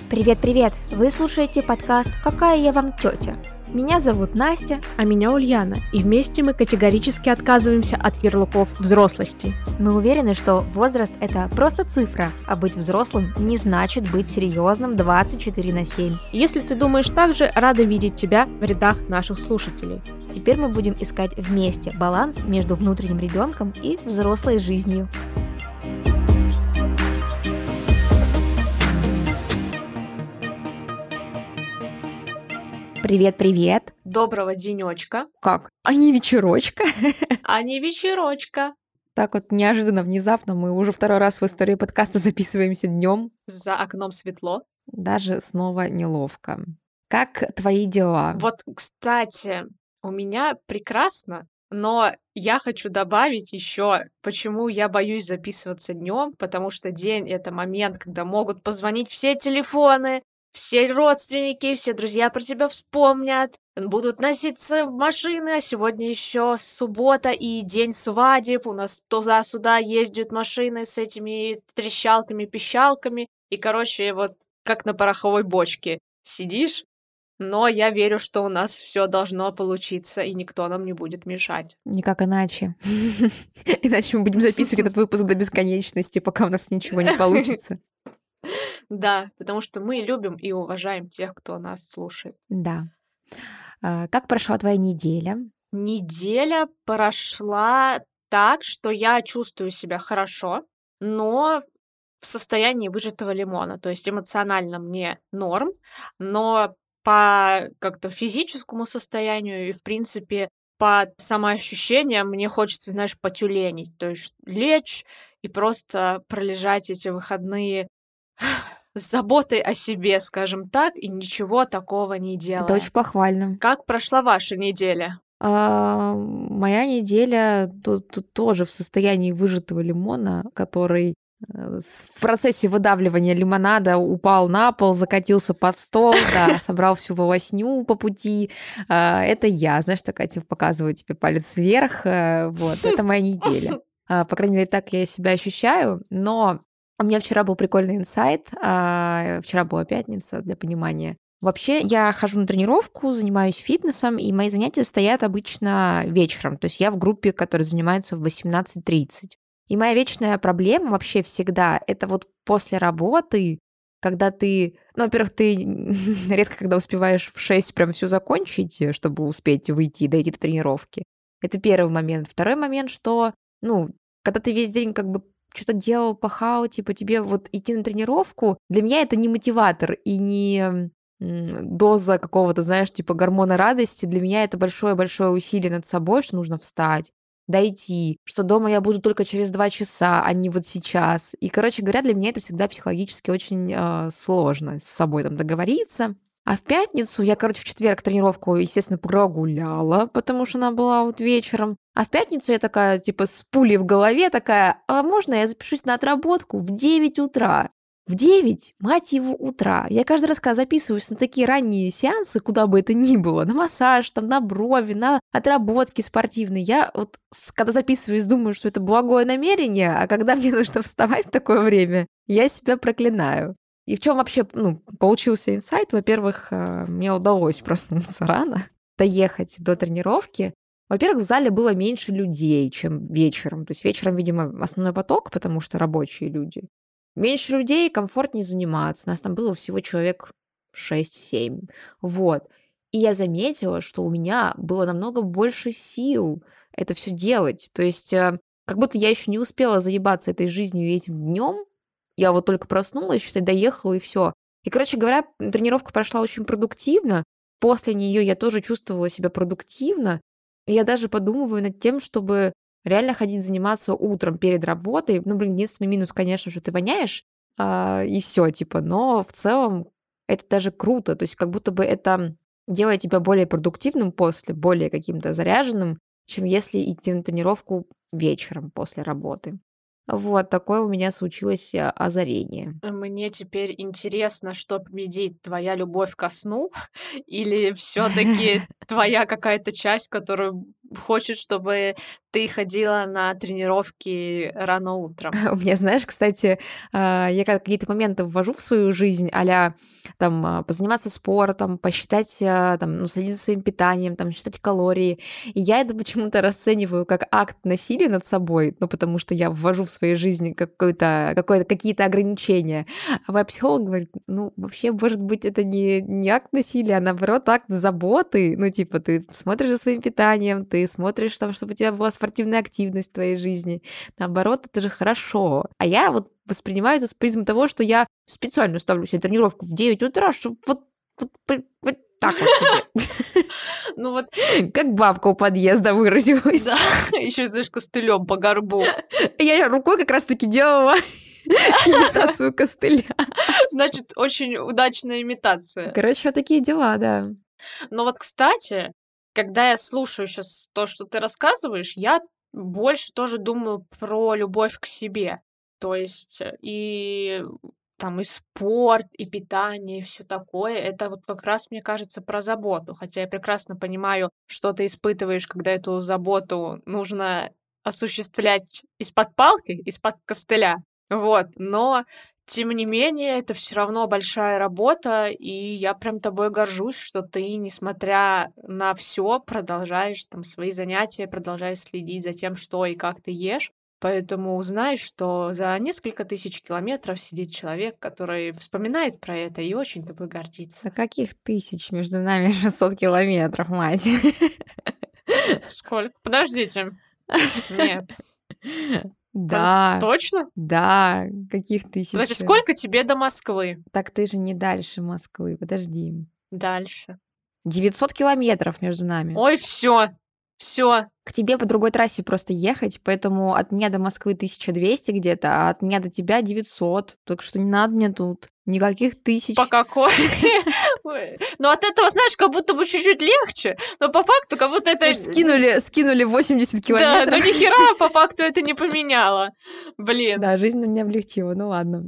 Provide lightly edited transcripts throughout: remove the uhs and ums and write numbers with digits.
Привет-привет! Вы слушаете подкаст «Какая я вам тетя?». Меня зовут Настя. А меня Ульяна, и вместе мы категорически отказываемся от ярлыков взрослости. Мы уверены, что возраст – это просто цифра, а быть взрослым не значит быть серьезным 24/7. Если ты думаешь так же, рада видеть тебя в рядах наших слушателей. Теперь мы будем искать вместе баланс между внутренним ребенком и взрослой жизнью. Привет-привет! Доброго денечка. Как? А не вечерочка? А не вечерочка. Так вот неожиданно, внезапно мы уже второй раз в истории подкаста записываемся днем. За окном светло. Даже снова неловко. Как твои дела? Вот, кстати, у меня прекрасно, но я хочу добавить еще, почему я боюсь записываться днем, потому что день это момент, когда могут позвонить все телефоны, все родственники, все друзья про тебя вспомнят, будут носиться машины, а сегодня еще суббота и день свадеб, у нас туда-сюда ездят машины с этими трещалками, пищалками, и, короче, вот как на пороховой бочке сидишь, но я верю, что у нас все должно получиться, и никто нам не будет мешать. Никак иначе. Иначе мы будем записывать этот выпуск до бесконечности, пока у нас ничего не получится. Да, потому что мы любим и уважаем тех, кто нас слушает. Да. Как прошла твоя неделя? Неделя прошла так, что я чувствую себя хорошо, но в состоянии выжатого лимона. То есть эмоционально мне норм, но по как-то физическому состоянию и, в принципе, по самоощущениям мне хочется, знаешь, потюленить. То есть лечь и просто пролежать эти выходные с заботой о себе, скажем так, и ничего такого не Это очень делая. похвально. Как прошла ваша неделя? Моя неделя тут тоже в состоянии выжатого лимона, который в процессе выдавливания лимонада упал на пол, закатился под стол, да, собрал всю волосню по пути. Это я, знаешь, такая, типа, показываю тебе палец вверх. Вот, это моя неделя. По крайней мере, так я себя ощущаю. Но у меня вчера был прикольный инсайт. Вчера была пятница, для понимания. Вообще, я хожу на тренировку, занимаюсь фитнесом, и мои занятия стоят обычно вечером. То есть я в группе, которая занимается в 18:30. И моя вечная проблема вообще всегда — это вот после работы, когда ты, ну, во-первых, ты редко когда успеваешь в 6 прям все закончить, чтобы успеть выйти и дойти до тренировки. Это первый момент. Второй момент, что, ну, когда ты весь день как бы что-то делал, пахал, типа тебе вот идти на тренировку, для меня это не мотиватор и не доза какого-то, знаешь, типа гормона радости. Для меня это большое-большое усилие над собой, что нужно встать, дойти, что дома я буду только через 2 часа, а не вот сейчас. И, короче говоря, для меня это всегда психологически очень сложно с собой там договориться. А в пятницу я, короче, в четверг тренировку, естественно, прогуляла, потому что она была вот вечером. А в пятницу я такая, типа, с пулей в голове такая: а можно я запишусь на отработку в 9 утра? В 9, мать его, утра. Я каждый раз, когда записываюсь на такие ранние сеансы, куда бы это ни было, на массаж, там, на брови, на отработки спортивные, я вот, когда записываюсь, думаю, что это благое намерение, а когда мне нужно вставать в такое время, я себя проклинаю. И в чем вообще, получился инсайт? Во-первых, мне удалось проснуться рано, доехать до тренировки. Во-первых, в зале было меньше людей, чем вечером. То есть вечером, видимо, основной поток, потому что рабочие люди. Меньше людей, комфортнее заниматься. Нас там было всего человек 6-7. Вот. И я заметила, что у меня было намного больше сил это все делать. То есть как будто я еще не успела заебаться этой жизнью и этим днем. Я вот только проснулась, считай, доехала и все. И, короче говоря, тренировка прошла очень продуктивно. После нее я тоже чувствовала себя продуктивно. И я даже подумываю над тем, чтобы реально ходить заниматься утром перед работой. Ну, блин, единственный минус, конечно, что ты воняешь, и все, типа. Но в целом это даже круто. То есть как будто бы это делает тебя более продуктивным после, более каким-то заряженным, чем если идти на тренировку вечером после работы. Вот такое у меня случилось озарение. Мне теперь интересно, что победит: твоя любовь ко сну или все таки твоя какая-то часть, которую хочет, чтобы ты ходила на тренировки рано утром. У меня, знаешь, кстати, я какие-то моменты ввожу в свою жизнь, там позаниматься спортом, посчитать, там, ну, следить за своим питанием, там, считать калории. И я это почему-то расцениваю как акт насилия над собой, ну, потому что я ввожу в своей жизни какие-то ограничения. А моя психолог говорит, ну, вообще, может быть, это не акт насилия, а наоборот, акт заботы. Ну, типа, ты смотришь за своим питанием, ты смотришь, там, чтобы у тебя была спортивная активность в твоей жизни. Наоборот, это же хорошо. А я вот воспринимаю это с призмы того, что я специально ставлю себе тренировку в 9 утра, чтобы вот так вот себе. Ну вот, Как бабка у подъезда выразилась. да, еще, знаешь, костылем по горбу. Я рукой как раз-таки делала имитацию костыля. Значит, очень удачная имитация. Короче, вот такие дела, да. Но вот, кстати, когда я слушаю сейчас то, что ты рассказываешь, я больше тоже думаю про любовь к себе. То есть и там и спорт, и питание, и все такое. Это вот как раз, мне кажется, про заботу. Хотя я прекрасно понимаю, что ты испытываешь, когда эту заботу нужно осуществлять из-под палки, из-под костыля. Вот. Но тем не менее, это все равно большая работа, и я прям тобой горжусь, что ты, несмотря на все, продолжаешь там свои занятия, продолжаешь следить за тем, что и как ты ешь. Поэтому знаешь, что за несколько тысяч километров сидит человек, который вспоминает про это и очень тобой гордится. А каких тысяч между нами 600 километров, мать? Сколько? Подождите. Нет. Да, Точно? да, каких Подожди, тысяч? сколько тебе до Москвы? Так ты же не дальше Москвы, подожди. Дальше. 900 километров между нами. Ой, все, все. К тебе по другой трассе просто ехать, поэтому от меня до Москвы 1200 где-то, а от меня до тебя 900. Так что не надо мне тут никаких тысяч. По какой? Ой. Ну, от этого, знаешь, как будто бы чуть-чуть легче, но по факту как будто это... Скинули 80 Да, километров. но ни хера по факту это не поменяло. Блин. Да, жизнь на меня облегчила, ну ладно.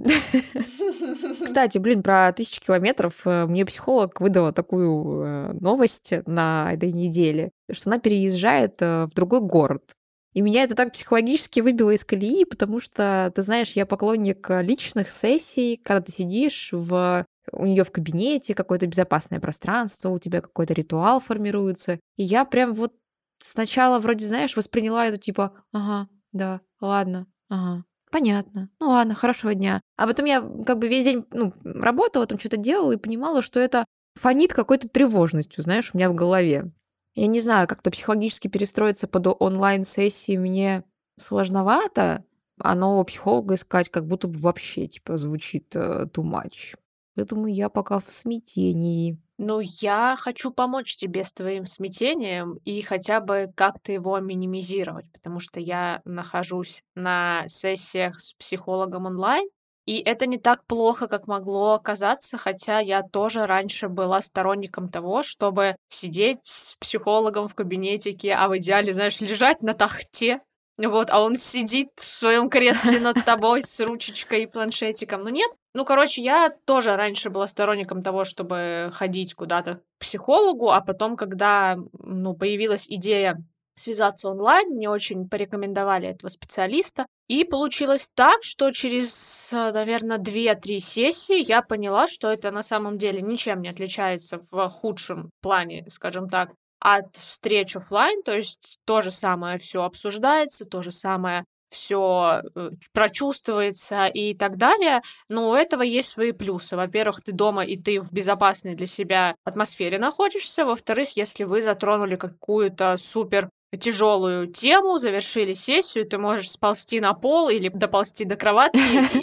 Кстати, блин, про 1000 километров мне психолог выдала такую новость на этой неделе, что она переезжает в другой город. И меня это так психологически выбило из колеи, потому что, ты знаешь, я поклонник личных сессий, когда ты сидишь у нее в кабинете, какое-то безопасное пространство, у тебя какой-то ритуал формируется. И я прям вот сначала вроде, знаешь, восприняла это типа, ага, да, ладно, ага, понятно. Ну ладно, хорошего дня. А потом я как бы весь день, ну, работала, там что-то делала и понимала, что это фонит какой-то тревожностью, знаешь, у меня в голове. Я не знаю, как-то психологически перестроиться под онлайн-сессии мне сложновато, а нового психолога искать как будто бы вообще, типа, звучит too much. Поэтому я пока в смятении. Ну, я хочу помочь тебе с твоим смятением и хотя бы как-то его минимизировать, потому что я нахожусь на сессиях с психологом онлайн, и это не так плохо, как могло казаться, хотя я тоже раньше была сторонником того, чтобы сидеть с психологом в кабинетике, а в идеале, знаешь, лежать на тахте, вот, а он сидит в своем кресле над тобой с ручечкой и планшетиком. Ну нет. Ну, короче, я тоже раньше была сторонником того, чтобы ходить куда-то к психологу, а потом, когда, ну, появилась идея связаться онлайн, мне очень порекомендовали этого специалиста. И получилось так, что через, наверное, 2-3 сессии я поняла, что это на самом деле ничем не отличается в худшем плане, скажем так, от встреч оффлайн. То есть то же самое все обсуждается, то же самое все прочувствуется и так далее. Но у этого есть свои плюсы. Во-первых, ты дома и ты в безопасной для себя атмосфере находишься. Во-вторых, если вы затронули какую-то супер тяжелую тему, завершили сессию, ты можешь сползти на пол или доползти до кроватки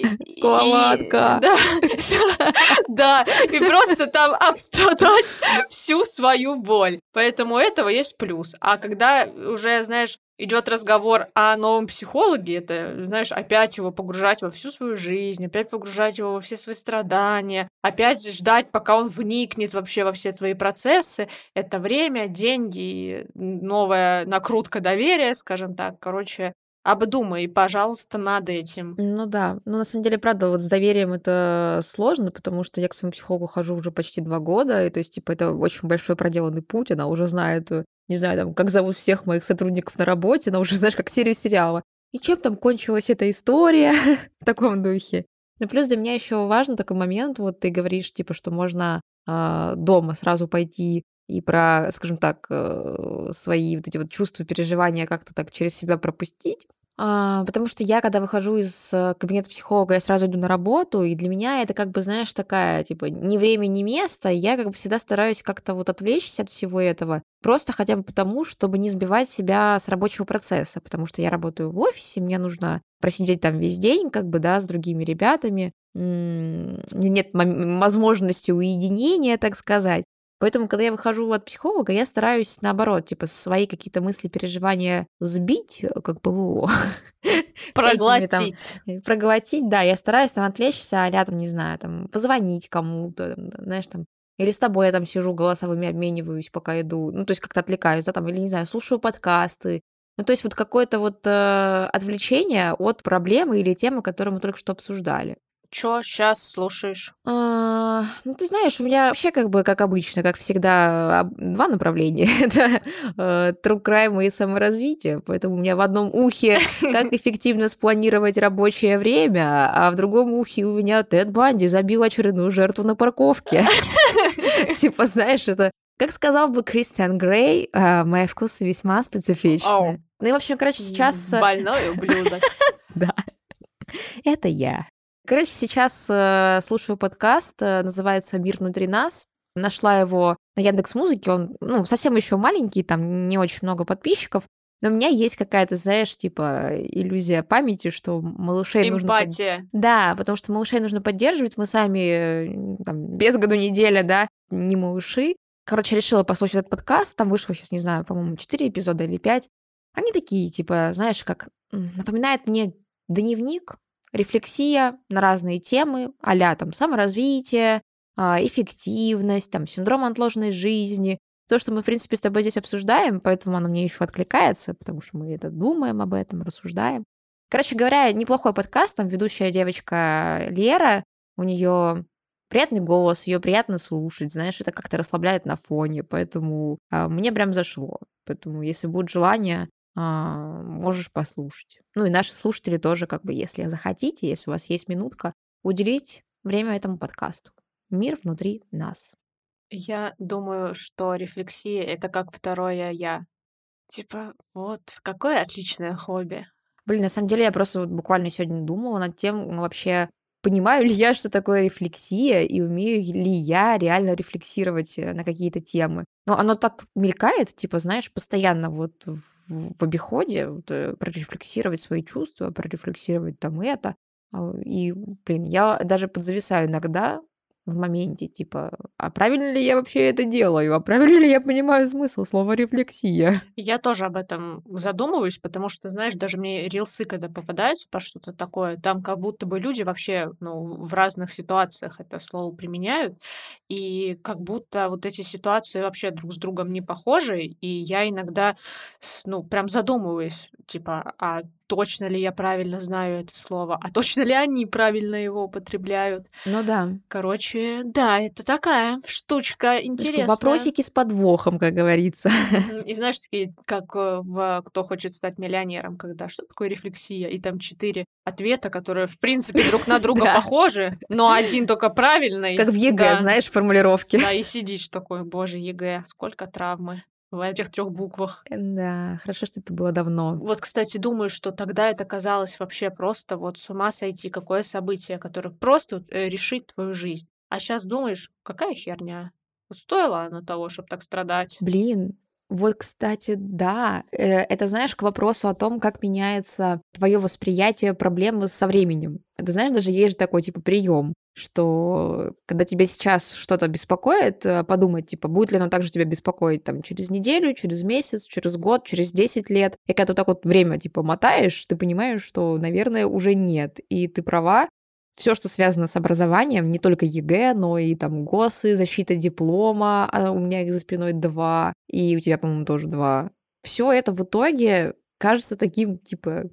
Кроватка. да, да, и просто там обстрадать всю свою боль. Поэтому у этого есть плюс. А когда уже, знаешь, идет разговор о новом психологе, это, знаешь, опять его погружать во всю свою жизнь, опять погружать его во все свои страдания, опять ждать, пока он вникнет вообще во все твои процессы. Это время, деньги, новая накрутка доверия, скажем так. Короче, Обдумай, пожалуйста, над этим. Ну да. Ну, на самом деле, правда, вот с доверием это сложно, потому что я к своему психологу хожу уже почти 2 года, и то есть, типа, это очень большой проделанный путь. Она уже знает, не знаю, там, как зовут всех моих сотрудников на работе, она уже, знаешь, как серию сериала. И чем там кончилась эта история в таком духе. Ну, плюс для меня еще важен такой момент, вот ты говоришь, типа, что можно дома сразу пойти и про, скажем так, свои вот эти вот чувства, переживания как-то так через себя пропустить. Потому что я, когда выхожу из кабинета психолога, я сразу иду на работу, и для меня это как бы, знаешь, такая, типа, ни время, ни место. И я как бы всегда стараюсь как-то вот отвлечься от всего этого, просто хотя бы потому, чтобы не сбивать себя с рабочего процесса, потому что я работаю в офисе, мне нужно просидеть там весь день, как бы, да, с другими ребятами, у меня нет возможности уединения, так сказать. Поэтому, когда я выхожу от психолога, я стараюсь, наоборот, типа, свои какие-то мысли, переживания сбить, как ПВО, всякими там, Проглотить. проглотить, да, я стараюсь там отвлечься, а там, не знаю, там, позвонить кому-то, там, знаешь, там, или с тобой я там сижу, голосовыми обмениваюсь, пока иду, ну, то есть как-то отвлекаюсь, да, там, или, не знаю, слушаю подкасты, ну, то есть вот какое-то вот отвлечение от проблемы или темы, которую мы только что обсуждали. Чё сейчас слушаешь? Ну, ты знаешь, у меня вообще как бы, как обычно, как всегда, 2 направления. Это, true crime и саморазвитие. Поэтому у меня в одном ухе как эффективно спланировать рабочее время, а в другом ухе у меня Тед Банди забил очередную жертву на парковке. Типа, знаешь, это, как сказал бы Кристиан Грей, мои вкусы весьма Ау, специфичны. Ну и, в общем, короче, сейчас... больной ублюдок. Да, это я. Короче, сейчас слушаю подкаст, называется «Мир внутри нас». Нашла его на Яндекс.Музыке, он, ну, совсем еще маленький, там не очень много подписчиков, но у меня есть какая-то, знаешь, типа иллюзия памяти, что малышей нужно... Эмпатия. Да, потому что малышей нужно поддерживать, мы сами там, без году неделя, да, не малыши. Короче, решила послушать этот подкаст, там вышло сейчас, не знаю, по-моему, 4 эпизода или 5. Они такие, типа, знаешь, как напоминает мне дневник, рефлексия на разные темы, а-ля там саморазвитие, эффективность, там синдром отложенной жизни. То, что мы, в принципе, с тобой здесь обсуждаем, поэтому оно мне еще откликается, потому что мы это думаем об этом, рассуждаем. Короче говоря, неплохой подкаст, там ведущая девочка Лера, у нее приятный голос, ее приятно слушать, знаешь, это как-то расслабляет на фоне, поэтому мне прям зашло. Поэтому, если будет желание, можешь послушать. Ну и наши слушатели тоже, как бы, если захотите, если у вас есть минутка, уделить время этому подкасту. Мир внутри нас. Я думаю, что рефлексия — это как второе «я». Типа, вот, какое отличное хобби. Блин, на самом деле я просто вот буквально сегодня думала над тем, вообще, понимаю ли я, что такое рефлексия, и умею ли я реально рефлексировать на какие-то темы. Но оно так мелькает, типа, знаешь, постоянно вот в обиходе, вот, прорефлексировать свои чувства, прорефлексировать там это. И, блин, я даже подзависаю иногда в моменте, типа, а правильно ли я вообще это делаю? А правильно ли я понимаю смысл слова рефлексия? Я тоже об этом задумываюсь, потому что, знаешь, даже мне рилсы, когда попадаются по что-то такое, там как будто бы люди вообще, ну, в разных ситуациях это слово применяют, и как будто вот эти ситуации вообще друг с другом не похожи, и я иногда, ну, прям задумываюсь, типа, а точно ли я правильно знаю это слово, а точно ли они правильно его употребляют. Ну да. Короче, да, это такая штучка Такой интересная. вопросики с подвохом, как говорится. Мгм. И знаешь, такие, как в «Кто хочет стать миллионером», когда что такое рефлексия, и там 4 ответа, которые, в принципе, друг на друга Да. похожи, но один только правильный. Как в ЕГЭ, Да, знаешь, формулировки. да, и сидишь такой: «Боже, ЕГЭ, сколько травмы в этих 3 буквах». Да, хорошо, что это было давно. Вот, кстати, думаю, что тогда это казалось вообще просто вот с ума сойти, какое событие, которое просто вот, решит твою жизнь. А сейчас думаешь: какая херня. Вот стоило оно того, чтобы так страдать? Блин, вот, кстати, да, это, знаешь, к вопросу о том, как меняется твое восприятие проблемы со временем. Ты знаешь, даже есть же такой, типа, прием, что когда тебя сейчас что-то беспокоит, подумать, типа, будет ли оно также тебя беспокоить там через неделю, через месяц, через год, через 10 лет. И когда ты вот так вот время, типа, мотаешь, ты понимаешь, что, наверное, уже нет. И ты права, все, что связано с образованием, не только ЕГЭ, но и там ГОСы, защита диплома, а у меня их за спиной 2, и у тебя, по-моему, тоже 2. Все это в итоге кажется таким, типа,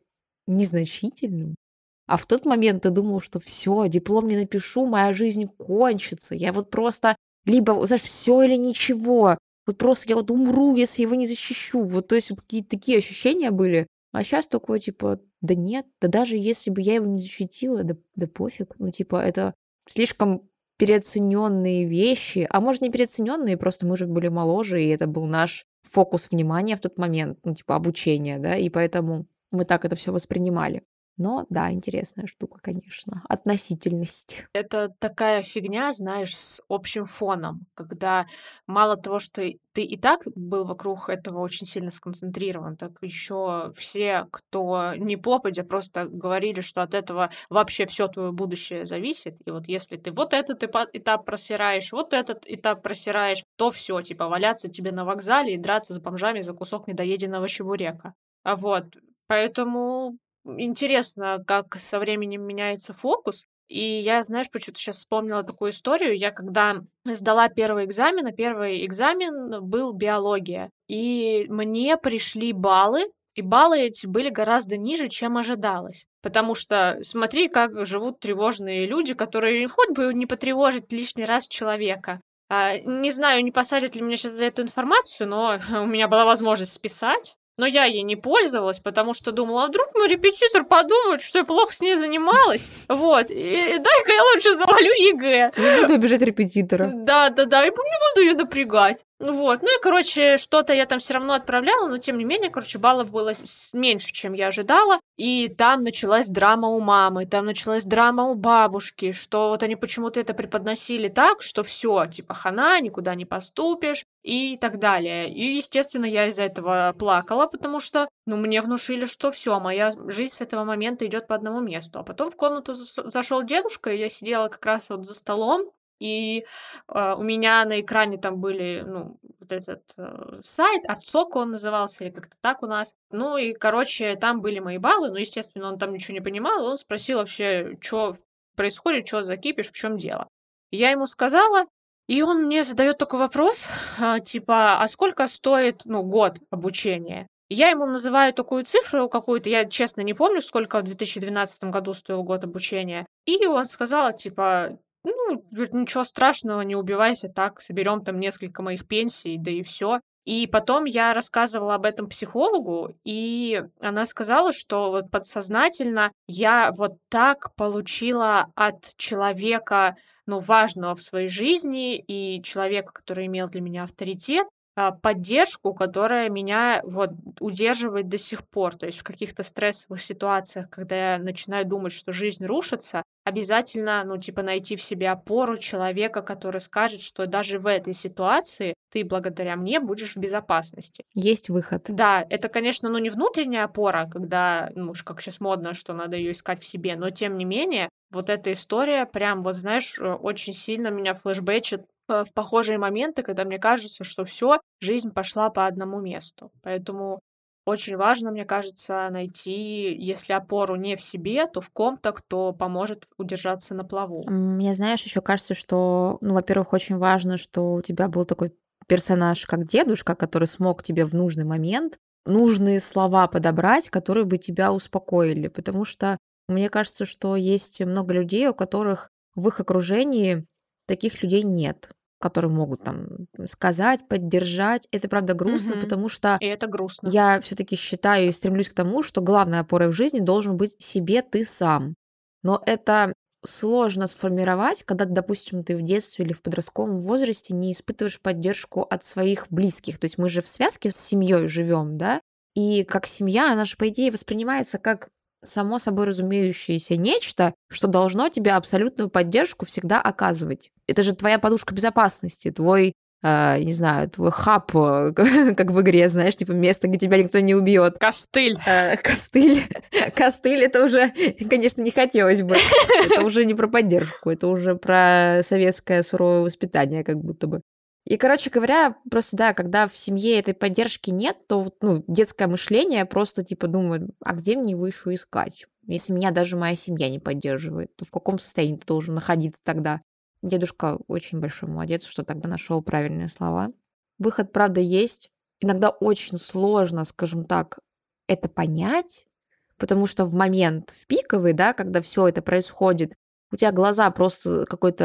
незначительным. А в тот момент ты думал, что все, диплом не напишу, моя жизнь кончится. Я вот просто либо, знаешь, все или ничего. Вот просто я вот умру, если его не защищу. Вот, то есть вот какие-то такие ощущения были. А сейчас такое, типа, да нет, да даже если бы я его не защитила, да пофиг. Ну, типа, это слишком переоцененные вещи. А может, не переоцененные, просто мы же были моложе, и это был наш фокус внимания в тот момент, ну, типа, обучение, да, и поэтому мы так это все воспринимали. Но да, интересная штука, конечно. Относительность. Это такая фигня, знаешь, с общим фоном, когда мало того, что ты и так был вокруг этого очень сильно сконцентрирован, так еще все, кто не попадя, просто говорили, что от этого вообще все твое будущее зависит. И вот если ты вот этот этап просираешь, вот этот этап просираешь, то все, типа валяться тебе на вокзале и драться с бомжами за кусок недоеденного чебурека. А вот, поэтому интересно, как со временем меняется фокус. И я, знаешь, почему-то сейчас вспомнила такую историю. Я когда сдала первый экзамен, а первый экзамен был биология. И мне пришли баллы, и баллы эти были гораздо ниже, чем ожидалось. Потому что смотри, как живут тревожные люди, которые хоть бы не потревожить лишний раз человека. Не знаю, не посадят ли меня сейчас за эту информацию, но у меня была возможность списать. Но я ей не пользовалась, потому что думала, а вдруг мой репетитор подумает, что я плохо с ней занималась. Вот. И дай-ка я лучше завалю ЕГЭ. Не буду обижать репетитора. Да, и не буду ее напрягать. Вот. Ну и, короче, что-то я там все равно отправляла, но тем не менее, короче, баллов было меньше, чем я ожидала. И там началась драма у мамы, там началась драма у бабушки, что вот они почему-то это преподносили так, что все, типа, хана, никуда не поступишь и так далее. И, естественно, я из-за этого плакала, потому что, ну, мне внушили, что все, моя жизнь с этого момента идет по одному месту. А потом в комнату зашел дедушка, и я сидела как раз вот за столом, и у меня на экране там были, ну, вот этот сайт, Артсоко он назывался, или как-то так у нас. Ну и, короче, там были мои баллы, ну, естественно, он там ничего не понимал, и он спросил вообще, что происходит, что за кипиш, в чем дело. Я ему сказала, и он мне задает такой вопрос, типа, а сколько стоит, ну, год обучения? И я ему называю такую цифру какую-то, я честно не помню, сколько в 2012 году стоил год обучения. И он сказал, типа, ну, говорит, ничего страшного, не убивайся, так, соберем там несколько моих пенсий, да и все. И потом я рассказывала об этом психологу, и она сказала, что вот подсознательно я вот так получила от человека, ну, важного в своей жизни и человека, который имел для меня авторитет, поддержку, которая меня вот удерживает до сих пор. То есть в каких-то стрессовых ситуациях, когда я начинаю думать, что жизнь рушится, обязательно, ну, типа, найти в себе опору человека, который скажет, что даже в этой ситуации ты благодаря мне будешь в безопасности. Есть выход. Да, это, конечно, ну, не внутренняя опора, когда, ну, уж как сейчас модно, что надо ее искать в себе, но тем не менее, вот эта история прям, вот знаешь, очень сильно меня флешбэчит в похожие моменты, когда мне кажется, что все, жизнь пошла по одному месту. Поэтому очень важно, мне кажется, найти, если опору не в себе, то в ком-то, кто поможет удержаться на плаву. Мне, знаешь, еще кажется, что, ну, во-первых, очень важно, что у тебя был такой персонаж, как дедушка, который смог тебе в нужный момент нужные слова подобрать, которые бы тебя успокоили. Потому что мне кажется, что есть много людей, у которых в их окружении таких людей нет, которые могут там сказать, поддержать. Это правда грустно, Мгм. потому что И это грустно. я все-таки считаю и стремлюсь к тому, что главной опорой в жизни должен быть себе ты сам. Но это сложно сформировать, когда, допустим, ты в детстве или в подростковом возрасте не испытываешь поддержку от своих близких. То есть мы же в связке с семьей живем, да? И как семья, она же, по идее, воспринимается как само собой разумеющееся нечто, что должно тебе абсолютную поддержку всегда оказывать. Это же твоя подушка безопасности, твой не знаю, твой хаб, как в игре, знаешь, типа место, где тебя никто не убьет. Костыль. Костыль. Костыль это уже, конечно, не хотелось бы. Это уже не про поддержку, это уже про советское суровое воспитание, как будто бы. И, короче говоря, просто, да, когда в семье этой поддержки нет, то вот, ну, детское мышление просто, типа, думает, а где мне его еще искать? Если меня даже моя семья не поддерживает, то в каком состоянии ты должен находиться тогда? Дедушка очень большой молодец, что тогда нашел правильные слова. Выход, правда, есть. Иногда очень сложно, скажем так, это понять, потому что в момент, в пиковый, да, когда все это происходит, у тебя глаза просто какой-то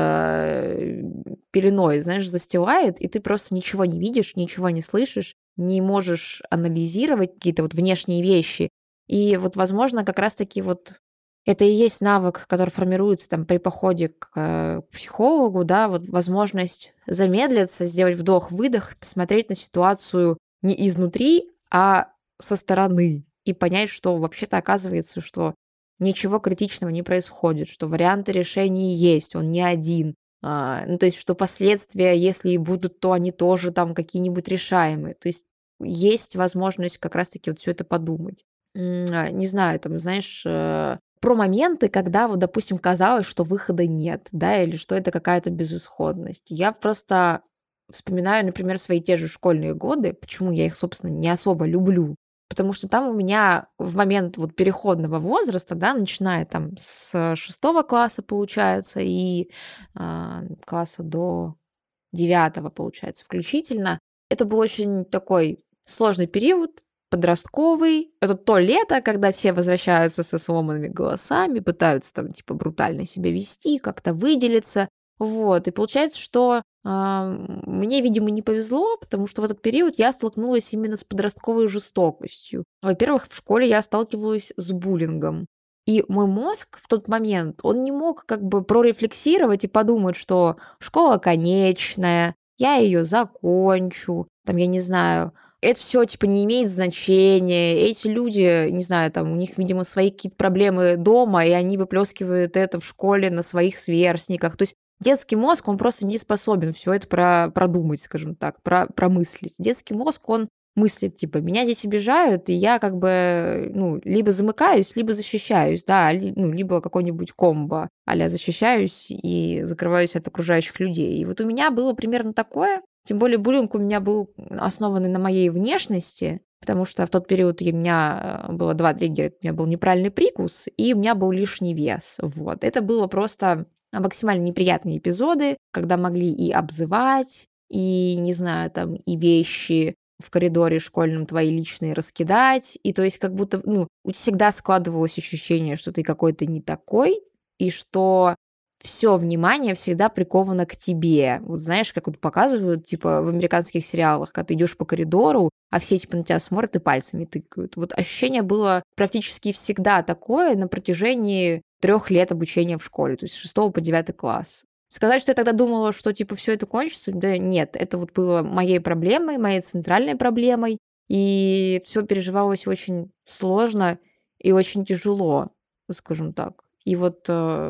пеленой, знаешь, застилает, и ты просто ничего не видишь, ничего не слышишь, не можешь анализировать какие-то вот внешние вещи. И вот, возможно, как раз-таки вот это и есть навык, который формируется там при походе к психологу, да, вот возможность замедлиться, сделать вдох-выдох, посмотреть на ситуацию не изнутри, а со стороны и понять, что вообще-то оказывается, что ничего критичного не происходит, что варианты решений есть, он не один. Ну, то есть, что последствия, если и будут, то они тоже там какие-нибудь решаемые. То есть возможность как раз-таки вот все это подумать. Не знаю, там, знаешь, про моменты, когда вот, допустим, казалось, что выхода нет, да, или что это какая-то безысходность. Я просто вспоминаю, например, свои те же школьные годы, почему я их, собственно, не особо люблю. Потому что там у меня в момент вот переходного возраста, да, начиная там с 6 класса, получается, и класса до 9, получается, включительно, это был очень такой сложный период, подростковый. Это то лето, когда все возвращаются со сломанными голосами, пытаются там типа брутально себя вести, как-то выделиться. Вот. И получается, что мне, видимо, не повезло, потому что в этот период я столкнулась именно с подростковой жестокостью. Во-первых, в школе я сталкивалась с буллингом. И мой мозг в тот момент, он не мог как бы прорефлексировать и подумать, что школа конечная, я ее закончу, там, я не знаю, это все типа не имеет значения, эти люди, не знаю, там, у них, видимо, свои какие-то проблемы дома, и они выплескивают это в школе на своих сверстниках. То есть детский мозг, он просто не способен все это продумать, скажем так, промыслить. Детский мозг, он мыслит, типа, меня здесь обижают, и я как бы, ну, либо замыкаюсь, либо защищаюсь, да, ну, либо какой-нибудь комбо а-ля защищаюсь и закрываюсь от окружающих людей. И вот у меня было примерно такое, тем более буллинг у меня был основанный на моей внешности, потому что в тот период у меня было два триггера. У меня был неправильный прикус, и у меня был лишний вес. Вот. Это было просто максимально неприятные эпизоды, когда могли и обзывать, и, не знаю, там, и вещи в коридоре школьном твои личные раскидать. И то есть как будто, ну, всегда складывалось ощущение, что ты какой-то не такой, и что все внимание всегда приковано к тебе. Вот знаешь, как вот показывают, типа, в американских сериалах, когда ты идешь по коридору, а все, типа, на тебя смотрят и пальцами тыкают. Вот ощущение было практически всегда такое на протяжении 3 лет обучения в школе, то есть с 6 по 9 класс. Сказать, что я тогда думала, что, типа, все это кончится, да нет, это вот было моей проблемой, моей центральной проблемой, и все переживалось очень сложно и очень тяжело, скажем так. И вот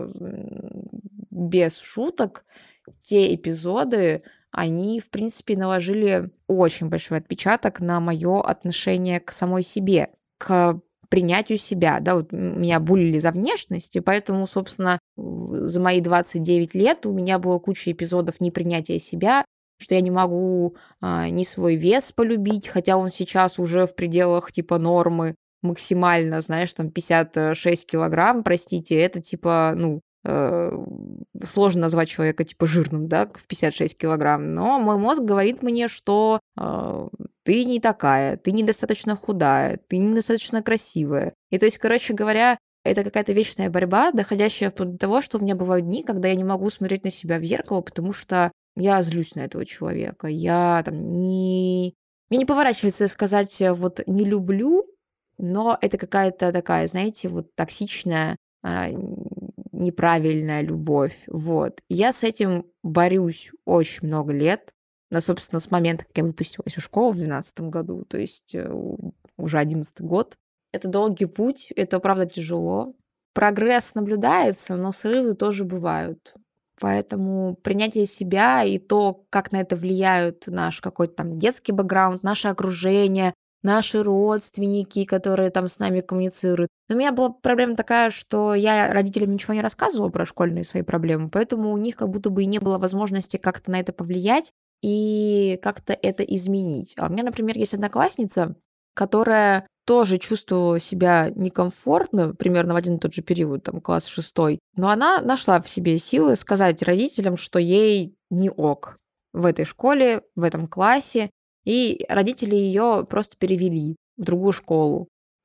без шуток, те эпизоды, они, в принципе, наложили очень большой отпечаток на мое отношение к самой себе, к принятию себя, да, вот меня булили за внешность, и поэтому, собственно, за мои 29 лет у меня было куча эпизодов непринятия себя, что я не могу ни свой вес полюбить, хотя он сейчас уже в пределах типа нормы, максимально, знаешь, там 56 килограмм, простите, это типа, ну, сложно назвать человека типа жирным, да, в 56 килограмм, но мой мозг говорит мне, что ты не такая, ты недостаточно худая, ты недостаточно красивая. И то есть, короче говоря, это какая-то вечная борьба, доходящая вплоть до того, что у меня бывают дни, когда я не могу смотреть на себя в зеркало, потому что я злюсь на этого человека. Я там не... Мне не поворачивается сказать вот «не люблю», но это какая-то такая, знаете, вот токсичная, неправильная любовь. Вот. И я с этим борюсь очень много лет. Ну, собственно, с момента, как я выпустилась из школы в 2012 году, то есть уже 11 год. Это долгий путь, это, правда, тяжело. Прогресс наблюдается, но срывы тоже бывают. Поэтому принятие себя и то, как на это влияют наш какой-то там детский бэкграунд, наше окружение, наши родственники, которые там с нами коммуницируют. Но у меня была проблема такая, что я родителям ничего не рассказывала про школьные свои проблемы, поэтому у них как будто бы и не было возможности как-то на это повлиять и как-то это изменить. А у меня, например, есть одноклассница, которая тоже чувствовала себя некомфортно, примерно в один и тот же период, там, класс 6, но она нашла в себе силы сказать родителям, что ей не ок в этой школе, в этом классе, и родители ее просто перевели в другую школу.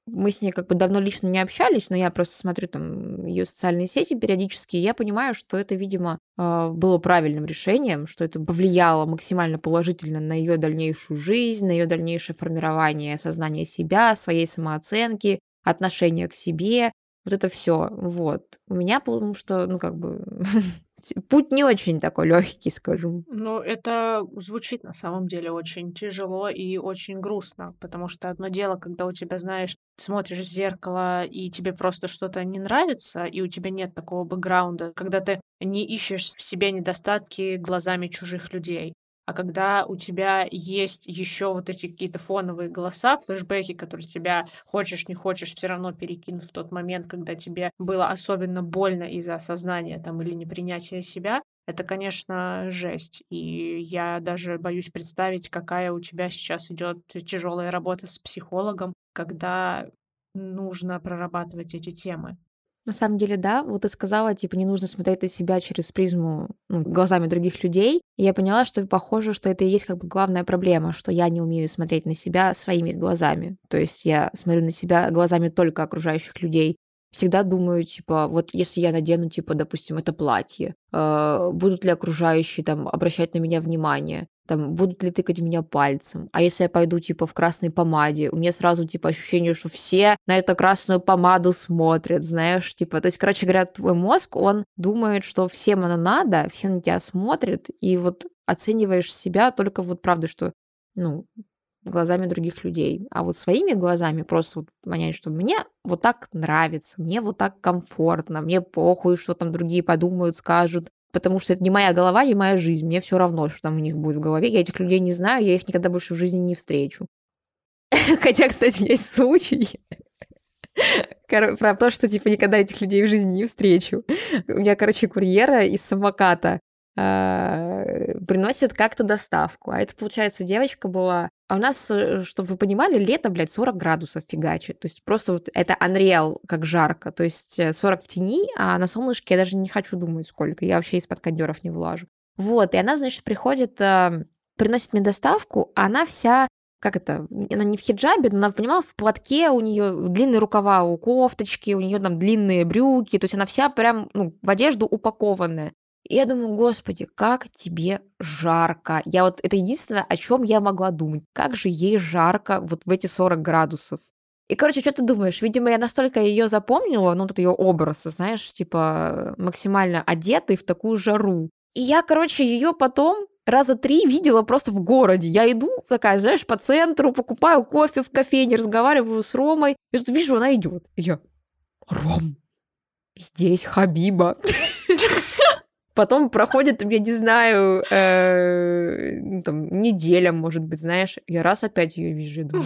Мы с ней как бы давно лично не общались, но я просто смотрю там ее социальные сети периодически, и я понимаю, что это, видимо, было правильным решением, что это повлияло максимально положительно на ее дальнейшую жизнь, на ее дальнейшее формирование сознания себя, своей самооценки, отношения к себе. Вот это все. Вот. У меня, потому что, ну, как бы, путь не очень такой легкий, скажем. Ну, это звучит на самом деле очень тяжело и очень грустно, потому что одно дело, когда у тебя, знаешь, ты смотришь в зеркало, и тебе просто что-то не нравится, и у тебя нет такого бэкграунда, когда ты не ищешь в себе недостатки глазами чужих людей. А когда у тебя есть еще вот эти какие-то фоновые голоса, флешбеки, которые тебя хочешь, не хочешь, все равно перекинут в тот момент, когда тебе было особенно больно из-за осознания там или непринятия себя, это, конечно, жесть. И я даже боюсь представить, какая у тебя сейчас идет тяжелая работа с психологом, когда нужно прорабатывать эти темы. На самом деле, да, вот ты сказала, типа, не нужно смотреть на себя через призму, ну, глазами других людей. И я поняла, что похоже, что это и есть как бы главная проблема, что я не умею смотреть на себя своими глазами. То есть я смотрю на себя глазами только окружающих людей. Всегда думаю, типа, вот если я надену, типа, допустим, это платье, будут ли окружающие там обращать на меня внимание? Там, будут ли тыкать в меня пальцем? А если я пойду, типа, в красной помаде? У меня сразу, типа, ощущение, что все на эту красную помаду смотрят, знаешь, типа. То есть, короче говоря, твой мозг, он думает, что всем оно надо, все на тебя смотрят, и вот оцениваешь себя только вот правда, что, ну, глазами других людей. А вот своими глазами просто вот понять, что мне вот так нравится, мне вот так комфортно, мне похуй, что там другие подумают, скажут. Потому что это не моя голова, не моя жизнь. Мне все равно, что там у них будет в голове. Я этих людей не знаю, я их никогда больше в жизни не встречу. Хотя, кстати, у меня есть случай про то, что, типа, никогда этих людей в жизни не встречу. У меня, короче, курьера из самоката приносит как-то доставку. А это, получается, девочка была. А у нас, чтобы вы понимали, лето, блядь, 40 градусов фигачит. То есть просто вот это unreal, как жарко. То есть 40 в тени, а на солнышке я даже не хочу думать сколько. Я вообще из-под кондеров не влажу. Вот, и она, значит, приходит, приносит мне доставку, а она вся как это, она не в хиджабе, но она, понимала, в платке, у нее длинные рукава у кофточки, у нее там длинные брюки, то есть она вся прям, ну, в одежду упакованная. И я думаю, господи, как тебе жарко. Я вот, это единственное, о чем я могла думать. Как же ей жарко вот в эти 40 градусов. И, короче, что ты думаешь? Видимо, я настолько ее запомнила, ну, вот ее образ, знаешь, типа максимально одетый в такую жару. И я, короче, ее потом раза 3 видела просто в городе. Я иду такая, знаешь, по центру, покупаю кофе в кофейне, разговариваю с Ромой. И тут вижу, она идет. И я, Ром, здесь Хабиба. Потом проходит, я не знаю, ну, там, неделя, может быть, знаешь. Я раз опять ее вижу, я думаю,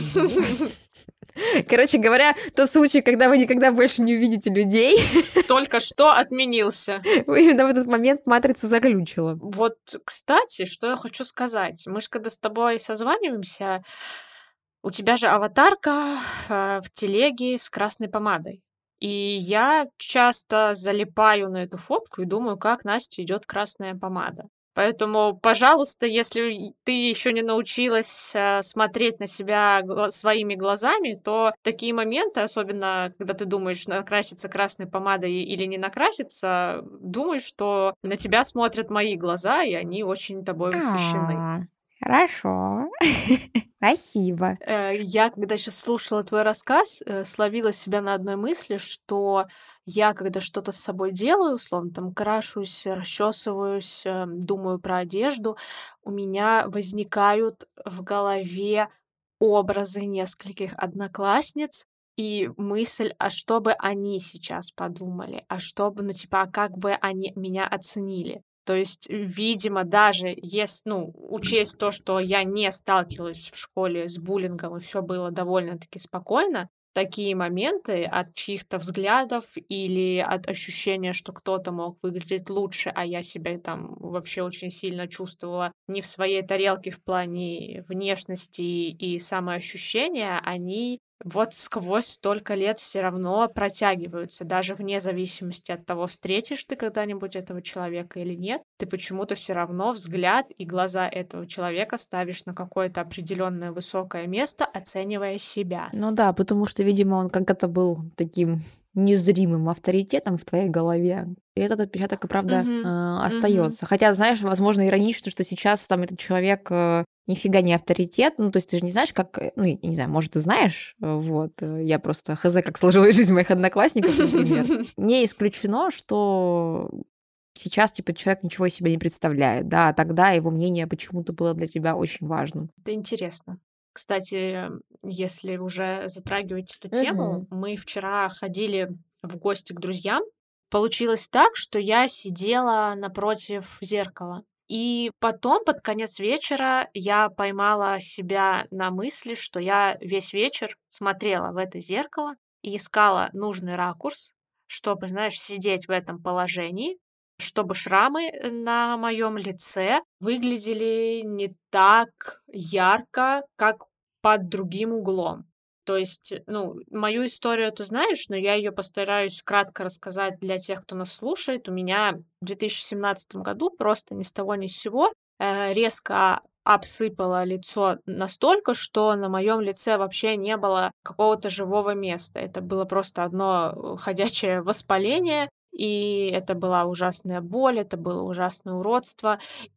короче говоря, тот случай, когда вы никогда больше не увидите людей, Только что отменился. именно в этот момент матрица заглючила. Вот, кстати, что я хочу сказать. Мы же когда с тобой созваниваемся, у тебя же аватарка в телеге с красной помадой. И я часто залипаю на эту фотку и думаю, как Насте идет красная помада. Поэтому, пожалуйста, если ты еще не научилась смотреть на себя своими глазами, то такие моменты, особенно когда ты думаешь, накраситься красной помадой или не накраситься, думай, что на тебя смотрят мои глаза, и они очень тобой восхищены. Хорошо. Спасибо. Я, когда сейчас слушала твой рассказ, словила себя на одной мысли, что я, когда что-то с собой делаю, условно, там крашусь, расчесываюсь, думаю про одежду, у меня возникают в голове образы нескольких одноклассниц и мысль, а что бы они сейчас подумали, а что бы, ну, типа, а как бы они меня оценили. То есть, видимо, даже если, ну, учесть то, что я не сталкивалась в школе с буллингом и все было довольно-таки спокойно, такие моменты от чьих-то взглядов или от ощущения, что кто-то мог выглядеть лучше, а я себя там вообще очень сильно чувствовала не в своей тарелке в плане внешности и самоощущения, они вот сквозь столько лет все равно протягиваются, даже вне зависимости от того, встретишь ты когда-нибудь этого человека или нет, ты почему-то все равно взгляд и глаза этого человека ставишь на какое-то определенное высокое место, оценивая себя. Ну да, потому что, видимо, он когда-то был таким незримым авторитетом в твоей голове. И этот отпечаток и правда Мгм. Мгм. остается. Хотя, знаешь, возможно, иронично, что сейчас там этот человек нифига не авторитет. Ну, то есть ты же не знаешь, как, ну, я не знаю, может, ты знаешь, вот, я просто хз, как сложилась жизнь моих одноклассников, например. Не исключено, что сейчас, типа, человек ничего из себя не представляет, да, а тогда его мнение почему-то было для тебя очень важным. Это интересно. Кстати, если уже затрагивать эту тему, Мгм. мы вчера ходили в гости к друзьям. Получилось так, что я сидела напротив зеркала. И потом, под конец вечера, я поймала себя на мысли, что я весь вечер смотрела в это зеркало и искала нужный ракурс, чтобы, знаешь, сидеть в этом положении, чтобы шрамы на моем лице выглядели не так ярко, как под другим углом. То есть, ну, мою историю ты знаешь, но я ее постараюсь кратко рассказать для тех, кто нас слушает. У меня в 2017 году просто ни с того ни с сего резко обсыпало лицо настолько, что на моем лице вообще не было какого-то живого места. Это было просто одно ходячее воспаление, и это была ужасная боль, это было ужасное уродство.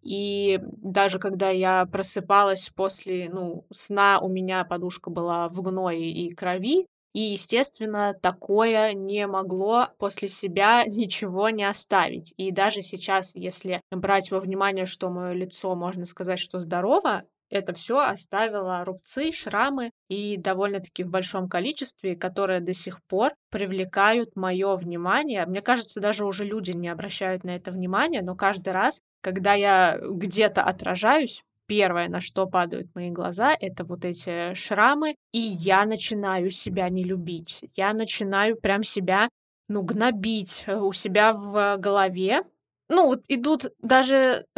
И даже когда я просыпалась после, ну, сна, у меня подушка была в гное и крови. И, естественно, такое не могло после себя ничего не оставить. И даже сейчас, если брать во внимание, что мое лицо, можно сказать, что здорово, это все оставило рубцы, шрамы и довольно-таки в большом количестве, которые до сих пор привлекают мое внимание. Мне кажется, даже уже люди не обращают на это внимания, но каждый раз, когда я где-то отражаюсь, первое, на что падают мои глаза, это вот эти шрамы, и я начинаю себя не любить. Я начинаю прям себя, ну, гнобить у себя в голове. Ну, вот идут даже,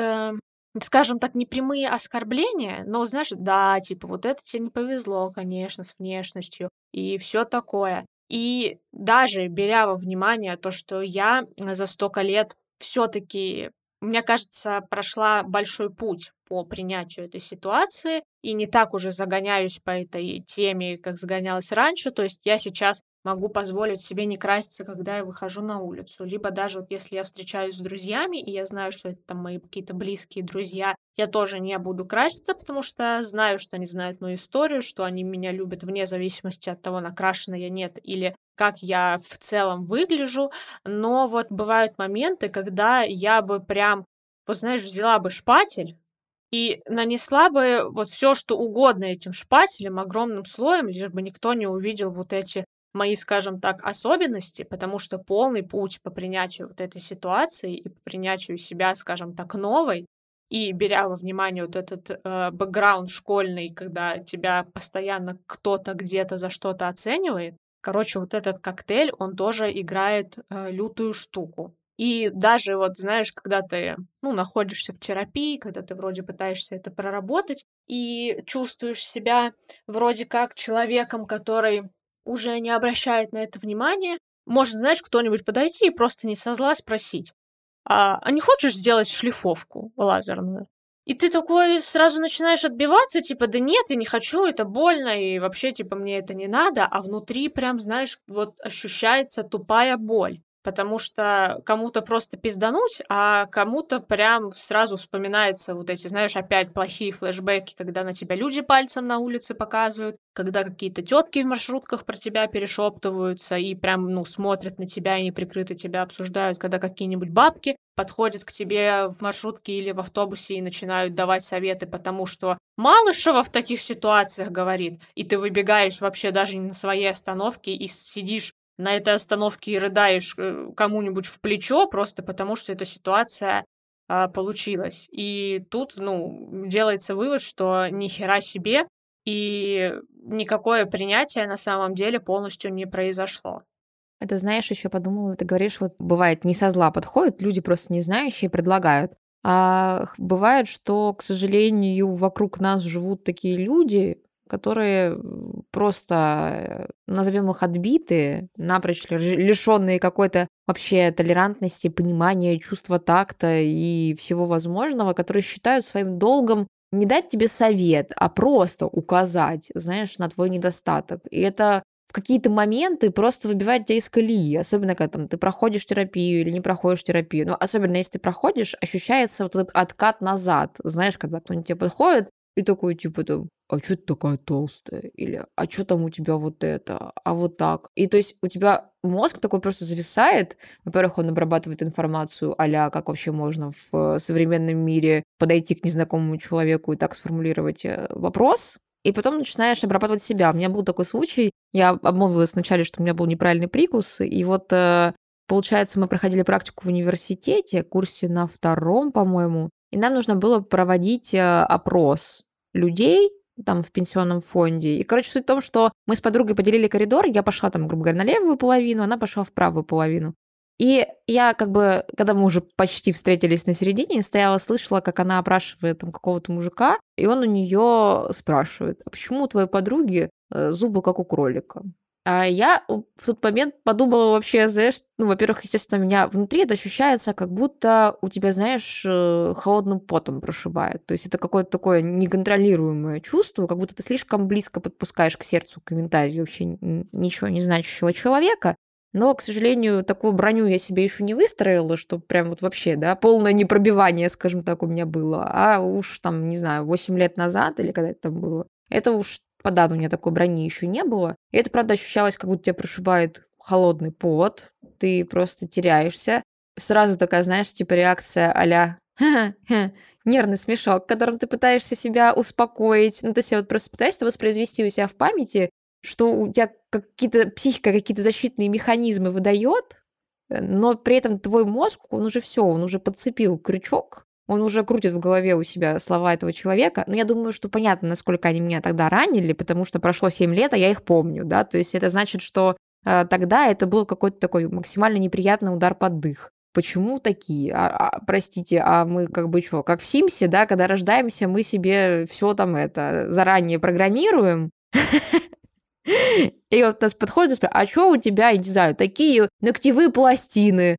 скажем так, непрямые оскорбления, но, знаешь, да, типа, вот это тебе не повезло, конечно, с внешностью и все такое. И даже беря во внимание то, что я за столько лет все-таки, мне кажется, прошла большой путь по принятию этой ситуации и не так уже загоняюсь по этой теме, как загонялась раньше. То есть я сейчас могу позволить себе не краситься, когда я выхожу на улицу. Либо даже вот если я встречаюсь с друзьями, и я знаю, что это там мои какие-то близкие друзья, я тоже не буду краситься, потому что знаю, что они знают мою историю, что они меня любят вне зависимости от того, накрашена я нет или как я в целом выгляжу. Но вот бывают моменты, когда я бы прям, вот знаешь, взяла бы шпатель и нанесла бы вот все, что угодно этим шпателем огромным слоем, лишь бы никто не увидел вот эти мои, скажем так, особенности, потому что полный путь по принятию вот этой ситуации и по принятию себя, скажем так, новой, и беря во внимание вот этот, бэкграунд школьный, когда тебя постоянно кто-то где-то за что-то оценивает. Короче, вот этот коктейль, он тоже играет, лютую штуку. И даже вот, знаешь, когда ты, ну, находишься в терапии, когда ты вроде пытаешься это проработать и чувствуешь себя вроде как человеком, который уже не обращает на это внимания, может, знаешь, кто-нибудь подойти и просто не со зла спросить: "А не хочешь сделать шлифовку лазерную?" И ты такой сразу начинаешь отбиваться, типа: "Да нет, я не хочу, это больно, и вообще, типа, мне это не надо". А внутри прям, знаешь, вот ощущается тупая боль, потому что кому-то просто пиздануть, а кому-то прям сразу вспоминаются вот эти, знаешь, опять плохие флешбеки, когда на тебя люди пальцем на улице показывают, когда какие-то тетки в маршрутках про тебя перешептываются и прям, ну, смотрят на тебя и неприкрыто тебя обсуждают, когда какие-нибудь бабки подходят к тебе в маршрутке или в автобусе и начинают давать советы, потому что Малышева в таких ситуациях говорит, и ты выбегаешь вообще даже не на своей остановке и сидишь на этой остановке и рыдаешь кому-нибудь в плечо просто потому, что эта ситуация получилась. И тут, ну, делается вывод, что ни хера себе, и никакое принятие на самом деле полностью не произошло. Это, знаешь, еще подумала, ты говоришь, вот бывает, не со зла подходят, люди просто не знающие предлагают. Бывает, что, к сожалению, вокруг нас живут такие люди, которые просто, назовем их отбитые, напрочь лишенные какой-то вообще толерантности, понимания, чувства такта и всего возможного, которые считают своим долгом не дать тебе совет, а просто указать, знаешь, на твой недостаток. И это в какие-то моменты просто выбивает тебя из колеи, особенно когда там ты проходишь терапию или не проходишь терапию. Но особенно если ты проходишь, ощущается вот этот откат назад. Знаешь, когда кто-нибудь тебе подходит и такой типа там: а чё ты такая толстая? Или а чё там у тебя вот это? А вот так. И то есть у тебя мозг такой просто зависает. Во-первых, он обрабатывает информацию а-ля как вообще можно в современном мире подойти к незнакомому человеку и так сформулировать вопрос, и потом начинаешь обрабатывать себя. У меня был такой случай, я обмолвилась вначале, что у меня был неправильный прикус, и вот, получается, мы проходили практику в университете, курсе на втором, по-моему, и нам нужно было проводить опрос людей там в пенсионном фонде. И, короче, суть в том, что мы с подругой поделили коридор, я пошла там, грубо говоря, на левую половину, она пошла в правую половину. И я как бы, когда мы уже почти встретились на середине, стояла, слышала, как она опрашивает там какого-то мужика, и он у нее спрашивает: а почему у твоей подруги зубы как у кролика? А я в тот момент подумала вообще, знаешь, ну, во-первых, естественно, у меня внутри это ощущается, как будто у тебя, знаешь, холодным потом прошибает. То есть это какое-то такое неконтролируемое чувство, как будто ты слишком близко подпускаешь к сердцу комментарий вообще ничего не значащего человека. Но, к сожалению, такую броню я себе еще не выстроила, что прям вот вообще, да, полное непробивание, скажем так, у меня было. А уж там, не знаю, 8 лет назад или когда это там было, это уж подавно у меня такой брони еще не было. И это, правда, ощущалось, как будто тебя прошибает холодный пот, ты просто теряешься. Сразу такая, знаешь, типа реакция а-ля нервный смешок, которым ты пытаешься себя успокоить. Ну, то есть я вот просто пытаюсь это воспроизвести у себя в памяти, что у тебя какие-то психика, какие-то защитные механизмы выдает, но при этом твой мозг, он уже все, он уже подцепил крючок, он уже крутит в голове у себя слова этого человека. Но я думаю, что понятно, насколько они меня тогда ранили, потому что прошло 7 лет, а я их помню, да. То есть это значит, что тогда это был какой-то такой максимально неприятный удар под дых. Почему такие? Простите, а мы как бы что, как в Симсе, да, когда рождаемся, мы себе все там это заранее программируем, и вот нас подходит и спрашивает: а что у тебя, я не знаю, такие ногтевые пластины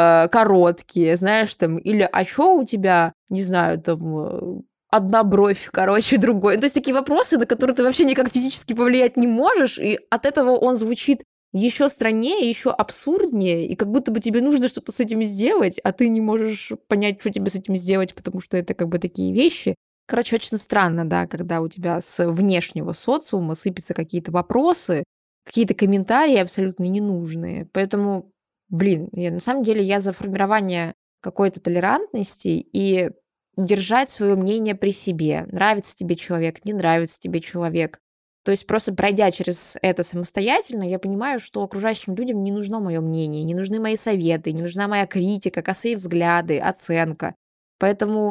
короткие, знаешь, там, или а что у тебя, не знаю, там, одна бровь короче другой. То есть такие вопросы, на которые ты вообще никак физически повлиять не можешь, и от этого он звучит еще страннее, еще абсурднее, и как будто бы тебе нужно что-то с этим сделать, а ты не можешь понять, что тебе с этим сделать, потому что это как бы такие вещи. Короче, очень странно, да, когда у тебя с внешнего социума сыпятся какие-то вопросы, какие-то комментарии абсолютно ненужные. Поэтому, блин, на самом деле я за формирование какой-то толерантности и держать свое мнение при себе. Нравится тебе человек, не нравится тебе человек. То есть просто пройдя через это самостоятельно, я понимаю, что окружающим людям не нужно мое мнение, не нужны мои советы, не нужна моя критика, косые взгляды, оценка. Поэтому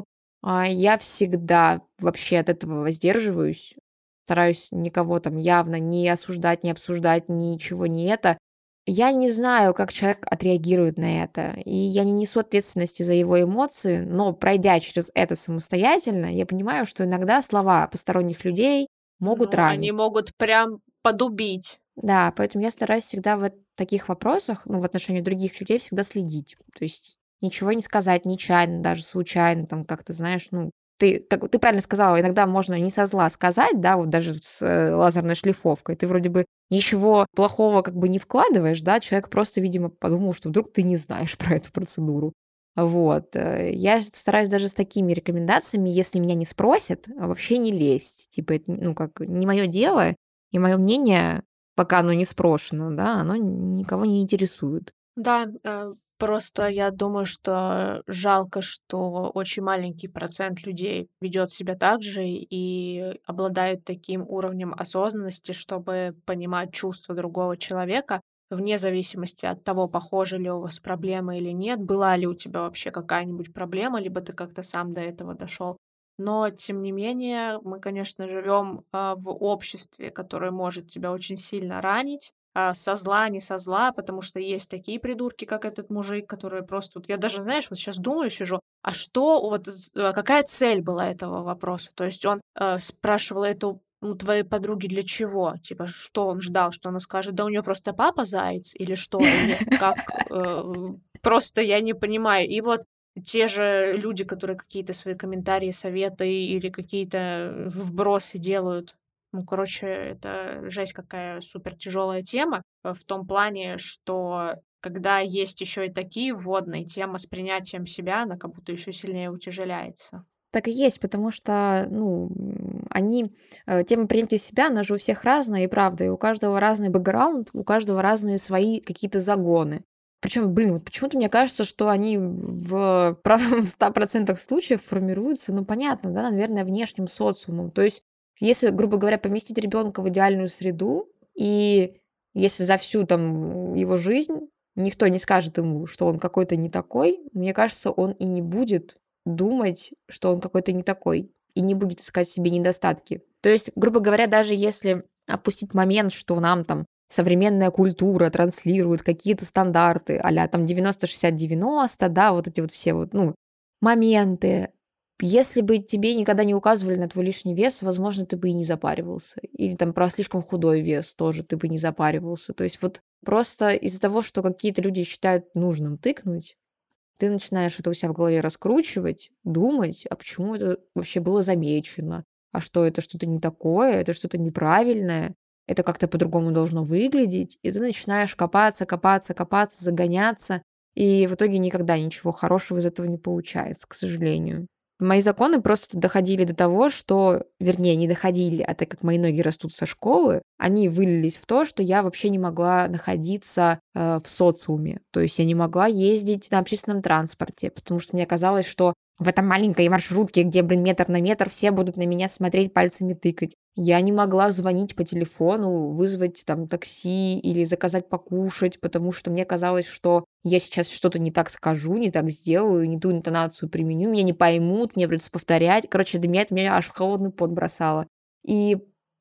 я всегда вообще от этого воздерживаюсь, стараюсь никого там явно не осуждать, не обсуждать, ничего не это. Я не знаю, как человек отреагирует на это, и я не несу ответственности за его эмоции, но пройдя через это самостоятельно, я понимаю, что иногда слова посторонних людей могут Ну, они ранить. могут прям подубить. Да, поэтому я стараюсь всегда в таких вопросах, ну, в отношении других людей всегда следить. То есть ничего не сказать нечаянно, даже случайно, там как-то, знаешь, ну, ты, как ты правильно сказала, иногда можно не со зла сказать, да, вот даже с лазерной шлифовкой. Ты вроде бы ничего плохого как бы не вкладываешь, да, человек просто, видимо, подумал, что вдруг ты не знаешь про эту процедуру. Вот. Я стараюсь даже с такими рекомендациями, если меня не спросят, вообще не лезть. Типа, это, ну, как не мое дело, и мое мнение, пока оно не спрошено, да, оно никого не интересует. Да, просто я думаю, что жалко, что очень маленький процент людей ведет себя так же и обладают таким уровнем осознанности, чтобы понимать чувства другого человека, вне зависимости от того, похожи ли у вас проблемы или нет, была ли у тебя вообще какая-нибудь проблема, либо ты как-то сам до этого дошел. Но, тем не менее, мы, конечно, живем в обществе, которое может тебя очень сильно ранить, со зла, не со зла, потому что есть такие придурки, как этот мужик, которые просто вот я даже, знаешь, вот сейчас думаю, сижу, а что вот какая цель была этого вопроса? То есть он спрашивал эту у твоей подруги для чего? Типа, что он ждал? Что она скажет: "Да у нее просто папа заяц" или что? Или как? Просто я не понимаю. И вот те же люди, которые какие-то свои комментарии, советы или какие-то вбросы делают. Ну, короче, это жесть какая супер тяжелая тема, в том плане, что когда есть еще и такие вводные, тема с принятием себя, она как будто еще сильнее утяжеляется. Так и есть, потому что, ну, тема принятия себя, она же у всех разная, и правда, и у каждого разный бэкграунд, у каждого разные свои какие-то загоны. Причем, блин, вот почему-то мне кажется, что они в 100% случаев формируются, ну, понятно, да, наверное, внешним социумом. То есть, если, грубо говоря, поместить ребенка в идеальную среду, и если за всю там его жизнь никто не скажет ему, что он какой-то не такой, мне кажется, он и не будет думать, что он какой-то не такой, и не будет искать в себе недостатки. То есть, грубо говоря, даже если опустить момент, что нам там современная культура транслирует какие-то стандарты а-ля там 90-60-90, да, вот эти вот все вот, ну, моменты. Если бы тебе никогда не указывали на твой лишний вес, возможно, ты бы и не запаривался. Или там про слишком худой вес тоже ты бы не запаривался. То есть вот просто из-за того, что какие-то люди считают нужным тыкнуть, ты начинаешь это у себя в голове раскручивать, думать, а почему это вообще было замечено? А что это что-то не такое, это что-то неправильное, это как-то по-другому должно выглядеть. И ты начинаешь копаться, копаться, копаться, загоняться, и в итоге никогда ничего хорошего из этого не получается, к сожалению. Мои законы просто доходили до того, что, вернее, не доходили, а так как мои ноги растут со школы, они вылились в то, что я вообще не могла находиться в социуме. То есть я не могла ездить на общественном транспорте, потому что мне казалось, что в этом маленькой маршрутке, где, блин, метр на метр, все будут на меня смотреть, пальцами тыкать. Я не могла звонить по телефону, вызвать там такси или заказать покушать, потому что мне казалось, что я сейчас что-то не так скажу, не так сделаю, не ту интонацию применю, меня не поймут, мне придется повторять. Короче, до меня это меня аж в холодный пот бросало. И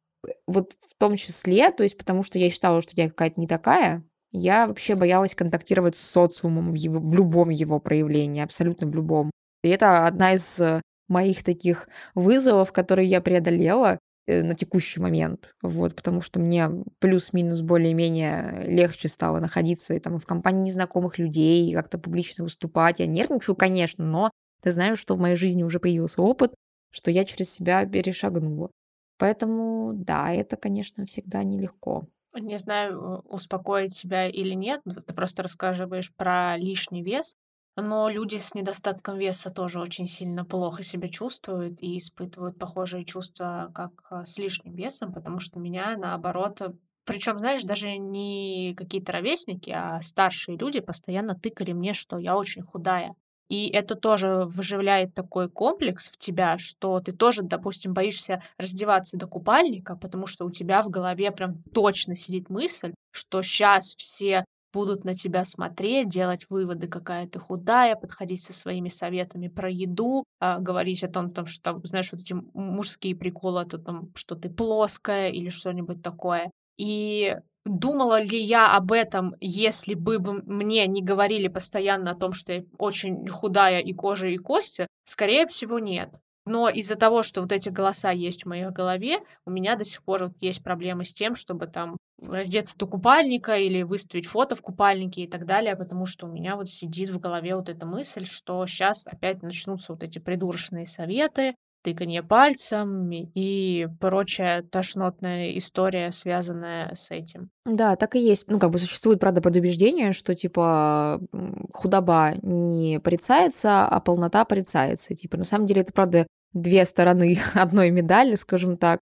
вот в том числе, то есть потому что я считала, что я какая-то не такая, я вообще боялась контактировать с социумом в любом его проявлении, абсолютно в любом. И это одна из моих таких вызовов, которые я преодолела на текущий момент. Вот, потому что мне плюс-минус более-менее легче стало находиться и, там, и в компании незнакомых людей, и как-то публично выступать. Я нервничаю, конечно, но ты знаешь, что в моей жизни уже появился опыт, что я через себя перешагнула. Поэтому да, это, конечно, всегда нелегко. Не знаю, успокоить себя или нет. Ну, ты просто рассказываешь про лишний вес, но люди с недостатком веса тоже очень сильно плохо себя чувствуют и испытывают похожие чувства, как с лишним весом, потому что меня, наоборот, причем, знаешь, даже не какие-то ровесники, а старшие люди постоянно тыкали мне, что я очень худая. И это тоже выживляет такой комплекс в тебя, что ты тоже, допустим, боишься раздеваться до купальника, потому что у тебя в голове прям точно сидит мысль, что сейчас все будут на тебя смотреть, делать выводы, какая ты худая, подходить со своими советами про еду, говорить о том, там, что, там, знаешь, вот эти мужские приколы, о том, что ты плоская или что-нибудь такое. И думала ли я об этом, если бы мне не говорили постоянно о том, что я очень худая и кожа, и кости? Скорее всего, нет. Но из-за того, что вот эти голоса есть в моей голове, у меня до сих пор вот есть проблемы с тем, чтобы там раздеться до купальника или выставить фото в купальнике и так далее, потому что у меня вот сидит в голове вот эта мысль, что сейчас опять начнутся вот эти придурочные советы, тыканье пальцем и прочая тошнотная история, связанная с этим. Да, так и есть. Ну, как бы существует, правда, предубеждение, что, типа, худоба не порицается, а полнота порицается. Типа, на самом деле, это, правда, две стороны одной медали, скажем так,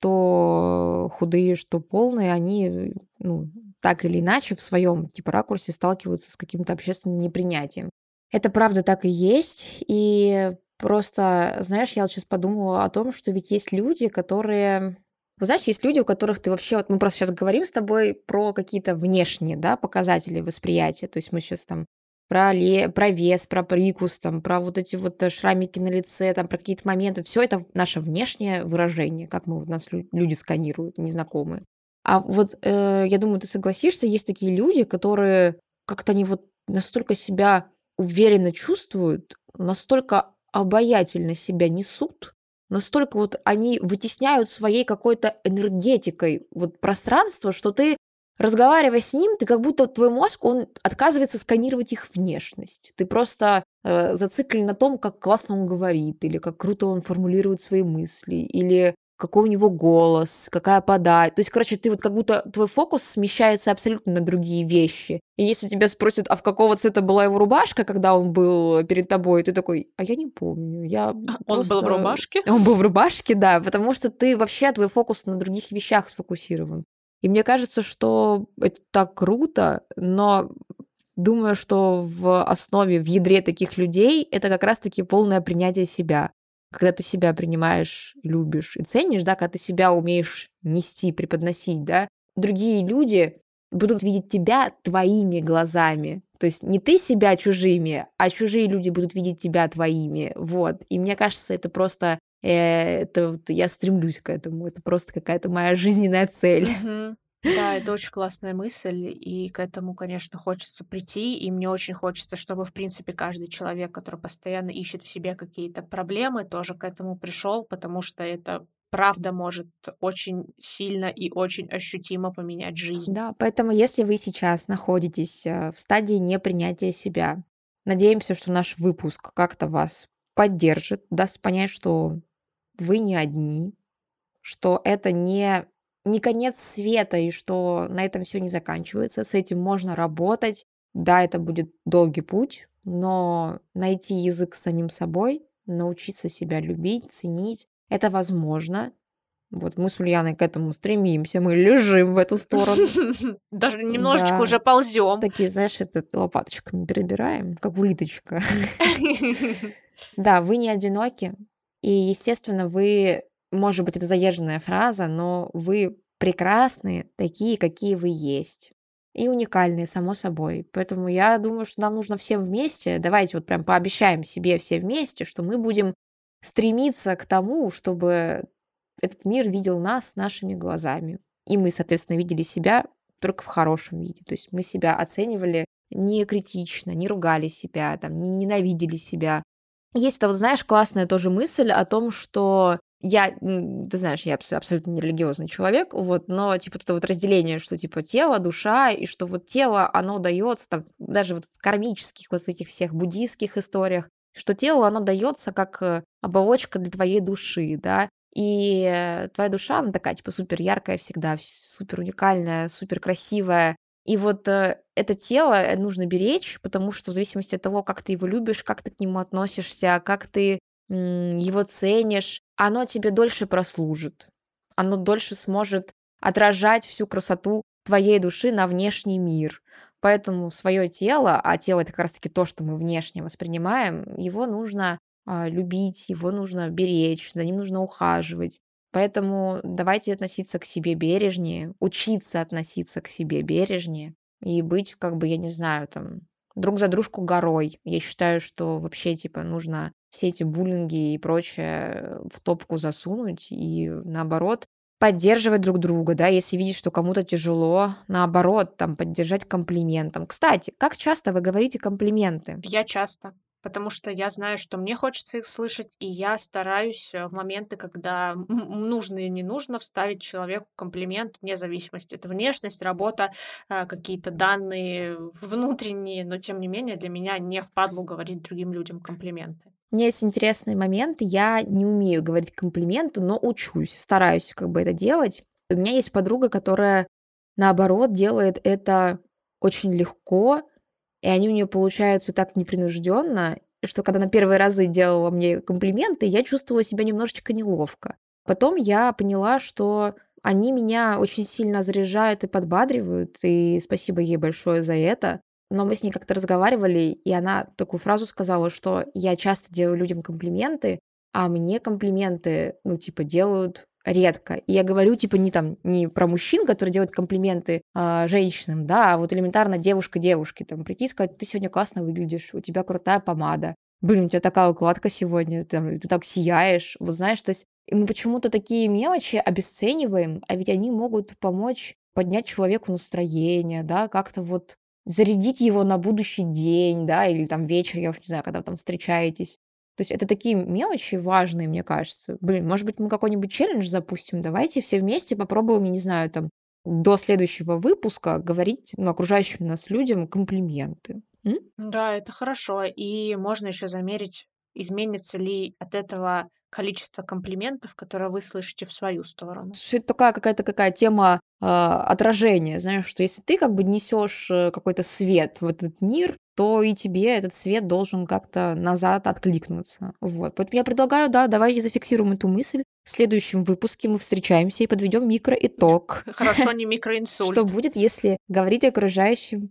что худые, что полные, они, ну, так или иначе в своем, типа, ракурсе сталкиваются с каким-то общественным непринятием. Это правда так и есть. И просто, знаешь, я вот сейчас подумала о том, что ведь есть люди, которые вот знаешь, есть люди, у которых ты вообще, вот мы просто сейчас говорим с тобой про какие-то внешние, да, показатели восприятия. То есть мы сейчас там про вес, про прикус, там, про вот эти вот шрамики на лице, там, про какие-то моменты. Все это наше внешнее выражение, как мы вот нас люди сканируют, незнакомые. А вот я думаю, ты согласишься, есть такие люди, которые как-то они вот настолько себя уверенно чувствуют, настолько обаятельно себя несут, настолько вот они вытесняют своей какой-то энергетикой вот пространство, что ты, разговаривая с ним, ты как будто твой мозг, он отказывается сканировать их внешность. Ты просто зациклен на том, как классно он говорит, или как круто он формулирует свои мысли, или какой у него голос, какая подача. То есть, короче, ты вот как будто твой фокус смещается абсолютно на другие вещи. И если тебя спросят, а в какого цвета была его рубашка, когда он был перед тобой, ты такой, а я не помню, я Он был в просто... рубашке? Он был в рубашке, да, потому что ты вообще, твой фокус на других вещах сфокусирован. И мне кажется, что это так круто, но думаю, что в основе, в ядре таких людей это как раз-таки полное принятие себя. Когда ты себя принимаешь, любишь и ценишь, да, когда ты себя умеешь нести, преподносить, да, другие люди будут видеть тебя твоими глазами. То есть не ты себя чужими, а чужие люди будут видеть тебя твоими. Вот. И мне кажется, это просто это вот я стремлюсь к этому. Это просто какая-то моя жизненная цель. Мгм. Да, это очень классная мысль, и к этому, конечно, хочется прийти, и мне очень хочется, чтобы, в принципе, каждый человек, который постоянно ищет в себе какие-то проблемы, тоже к этому пришел, потому что это правда может очень сильно и очень ощутимо поменять жизнь. Да, поэтому если вы сейчас находитесь в стадии непринятия себя, надеемся, что наш выпуск как-то вас поддержит, даст понять, что вы не одни, что это не конец света и что на этом все не заканчивается, с этим можно работать. Да, это будет долгий путь, но найти язык с самим собой, научиться себя любить, ценить, это возможно. Вот мы с Ульяной к этому стремимся, мы лежим в эту сторону. Даже немножечко Да, уже ползем. такие, знаешь, это лопаточками перебираем, как улиточка. Да, вы не одиноки. И, естественно, вы, может быть, это заезженная фраза, но вы прекрасные, такие, какие вы есть. И уникальные, само собой. Поэтому я думаю, что нам нужно всем вместе, давайте вот прям пообещаем себе все вместе, что мы будем стремиться к тому, чтобы этот мир видел нас нашими глазами. И мы, соответственно, видели себя только в хорошем виде. То есть мы себя оценивали не критично, не ругали себя, там, не ненавидели себя. Есть это, вот знаешь, классная тоже мысль о том, что ты знаешь, я абсолютно не религиозный человек, вот, но типа это вот разделение, что типа тело, душа, и что вот тело, оно дается, там, даже вот в кармических, вот в этих всех буддийских историях, что тело, оно дается как оболочка для твоей души, да, и твоя душа, она такая, типа, супер яркая всегда, супер уникальная, супер красивая. И вот это тело нужно беречь, потому что в зависимости от того, как ты его любишь, как ты к нему относишься, как ты его ценишь, оно тебе дольше прослужит. Оно дольше сможет отражать всю красоту твоей души на внешний мир. Поэтому свое тело, а тело это как раз-таки то, что мы внешне воспринимаем, его нужно любить, его нужно беречь, за ним нужно ухаживать. Поэтому давайте относиться к себе бережнее, учиться относиться к себе бережнее и быть, как бы, я не знаю, там, друг за дружку горой. Я считаю, что вообще, типа, нужно все эти буллинги и прочее в топку засунуть и, наоборот, поддерживать друг друга, да, если видишь, что кому-то тяжело, наоборот, там, поддержать комплиментом. Кстати, как часто вы говорите комплименты? Я часто, потому что я знаю, что мне хочется их слышать, и я стараюсь в моменты, когда нужно и не нужно, вставить человеку комплимент, вне зависимости. Это внешность, работа, какие-то данные внутренние, но тем не менее для меня не впадлу говорить другим людям комплименты. У меня есть интересный момент. Я не умею говорить комплименты, но учусь, стараюсь как бы это делать. У меня есть подруга, которая, наоборот, делает это очень легко, и они у нее получаются так непринужденно, что когда на первые разы делала мне комплименты, я чувствовала себя немножечко неловко. Потом я поняла, что они меня очень сильно заряжают и подбадривают, и спасибо ей большое за это. Но мы с ней как-то разговаривали, и она такую фразу сказала, что я часто делаю людям комплименты, а мне комплименты, ну, типа, делают редко. И я говорю, типа, не про мужчин, которые делают комплименты женщинам, да, а вот элементарно девушка девушке, там, прийти и сказать, ты сегодня классно выглядишь, у тебя крутая помада, блин, у тебя такая укладка сегодня, там, ты так сияешь, вот знаешь, то есть и мы почему-то такие мелочи обесцениваем, а ведь они могут помочь поднять человеку настроение, да, как-то вот зарядить его на будущий день, да, или там вечер, я уж не знаю, когда вы там встречаетесь. То есть это такие мелочи важные, мне кажется. Блин, может быть, мы какой-нибудь челлендж запустим? Давайте все вместе попробуем, я не знаю, там, до следующего выпуска говорить окружающим нас людям комплименты. М? Да, это хорошо. И можно еще замерить, изменится ли от этого количество комплиментов, которые вы слышите в свою сторону. Всё это такая какая-то тема, отражения. Знаешь, что если ты как бы несешь, какой-то свет в этот мир, то и тебе этот свет должен как-то назад откликнуться. Вот. Поэтому я предлагаю, да, давайте зафиксируем эту мысль. В следующем выпуске мы встречаемся и подведем микроитог. Хорошо, не Что микроинсульт. будет, если говорить окружающим?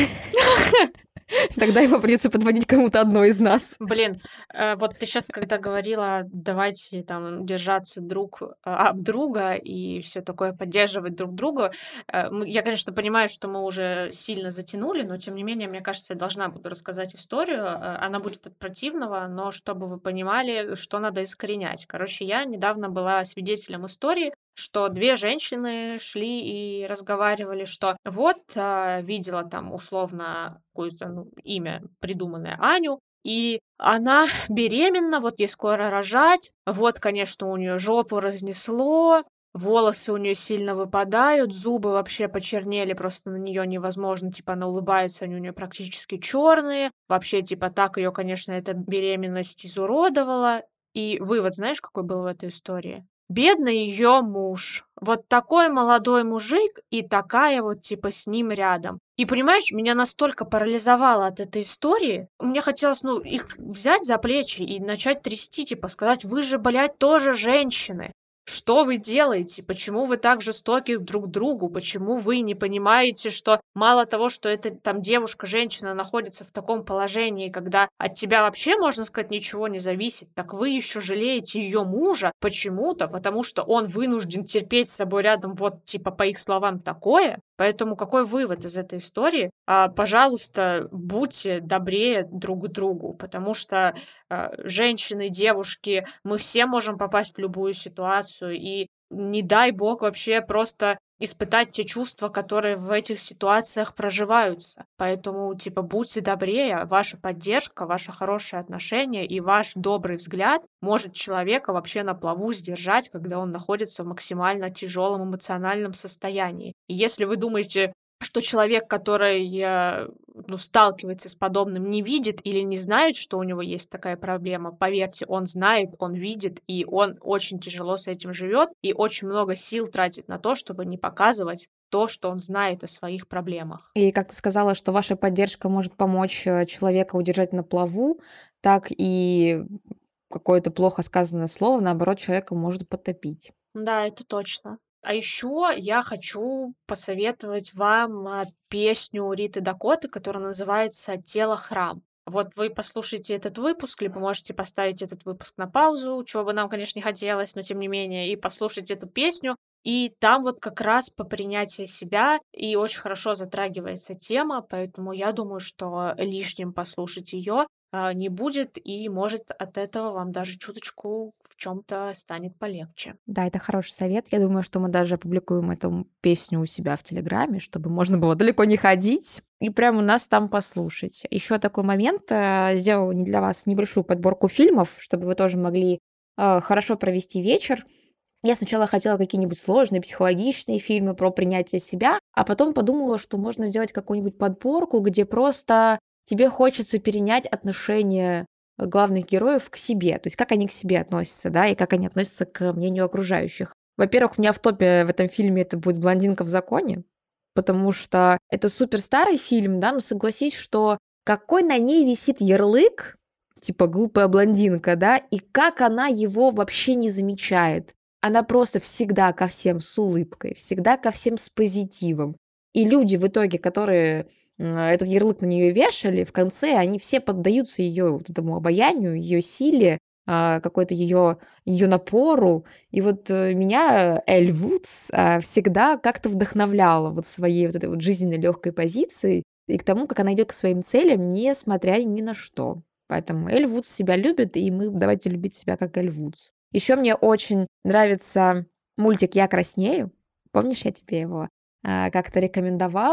Тогда его придется подводить кому-то одной из нас. Блин, вот ты сейчас, когда говорила, давайте там держаться друг об друга и все такое, поддерживать друг друга, я, конечно, понимаю, что мы уже сильно затянули, но тем не менее, мне кажется, я должна буду рассказать историю. Она будет от противного, но чтобы вы понимали, что надо искоренять. Короче, я недавно была свидетелем истории, что две женщины шли и разговаривали, что вот видела там условно какое-то имя придуманное Аню, и она беременна, вот ей скоро рожать, вот, конечно, у нее жопу разнесло, волосы у нее сильно выпадают, зубы вообще почернели, просто на нее невозможно, типа она улыбается, они у нее практически черные, вообще, типа так ее, конечно, эта беременность изуродовала. И вывод, знаешь, какой был в этой истории? Бедный ее муж. Вот такой молодой мужик и такая вот типа с ним рядом. И понимаешь, меня настолько парализовало от этой истории. Мне хотелось, их взять за плечи и начать трясти, типа сказать, вы же, блядь, тоже женщины. Что вы делаете? Почему вы так жестоки друг к другу? Почему вы не понимаете, что мало того, что эта там девушка, женщина находится в таком положении, когда от тебя вообще, можно сказать, ничего не зависит, так вы еще жалеете ее мужа почему-то, потому что он вынужден терпеть с собой рядом вот, типа, по их словам, такое. Поэтому какой вывод из этой истории? Пожалуйста, будьте добрее друг к другу, потому что женщины, девушки, мы все можем попасть в любую ситуацию, и не дай бог вообще просто испытать те чувства, которые в этих ситуациях проживаются. Поэтому, типа, будьте добрее, ваша поддержка, ваше хорошее отношение и ваш добрый взгляд может человека вообще на плаву сдержать, когда он находится в максимально тяжелом эмоциональном состоянии. И если вы думаете, что человек, который сталкивается с подобным, не видит или не знает, что у него есть такая проблема, поверьте, он знает, он видит, и он очень тяжело с этим живет, и очень много сил тратит на то, чтобы не показывать то, что он знает о своих проблемах. И как ты сказала, что ваша поддержка может помочь человека удержать на плаву, так и какое-то плохо сказанное слово, наоборот, человека может потопить. Да, это точно. А еще я хочу посоветовать вам песню Риты Дакоты, которая называется «Тело храм». Вот вы послушайте этот выпуск, либо можете поставить этот выпуск на паузу, чего бы нам, конечно, не хотелось, но тем не менее, и послушать эту песню. И там вот как раз по принятию себя и очень хорошо затрагивается тема, поэтому я думаю, что лишним послушать ее не будет, и может от этого вам даже чуточку в чем-то станет полегче. Да, это хороший совет. Я думаю, что мы даже опубликуем эту песню у себя в Телеграме, чтобы можно было далеко не ходить и прямо нас там послушать. Еще такой момент. Сделала не для вас небольшую подборку фильмов, чтобы вы тоже могли хорошо провести вечер. Я сначала хотела какие-нибудь сложные психологичные фильмы про принятие себя, а потом подумала, что можно сделать какую-нибудь подборку, где просто тебе хочется перенять отношение главных героев к себе, то есть как они к себе относятся, да, и как они относятся к мнению окружающих. Во-первых, у меня в топе в этом фильме это будет «Блондинка в законе», потому что это супер старый фильм, да, но согласись, что какой на ней висит ярлык, типа глупая блондинка, да, и как она его вообще не замечает. Она просто всегда ко всем с улыбкой, всегда ко всем с позитивом. И люди в итоге, которые этот ярлык на нее вешали, в конце они все поддаются ее вот этому обаянию, ее силе, какой-то ее напору. И вот меня Эль Вудс всегда как-то вдохновляла вот своей вот этой вот жизненной легкой позицией и к тому, как она идет к своим целям, несмотря ни на что. Поэтому Эль Вудс себя любит, и мы давайте любить себя как Эль Вудс. Еще мне очень нравится мультик «Я краснею». Помнишь, я тебе его как-то рекомендовала?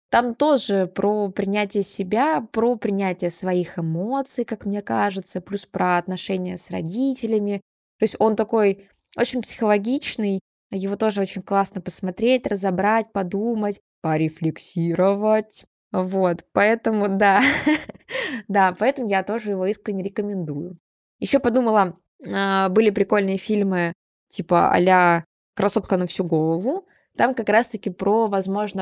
Там тоже про принятие себя, про принятие своих эмоций, как мне кажется, плюс про отношения с родителями. То есть он такой очень психологичный, его тоже очень классно посмотреть, разобрать, подумать, порефлексировать. Вот, поэтому да, да, поэтому я тоже его искренне рекомендую. Еще подумала, были прикольные фильмы типа а-ля «Красотка на всю голову». Там как раз-таки возможно,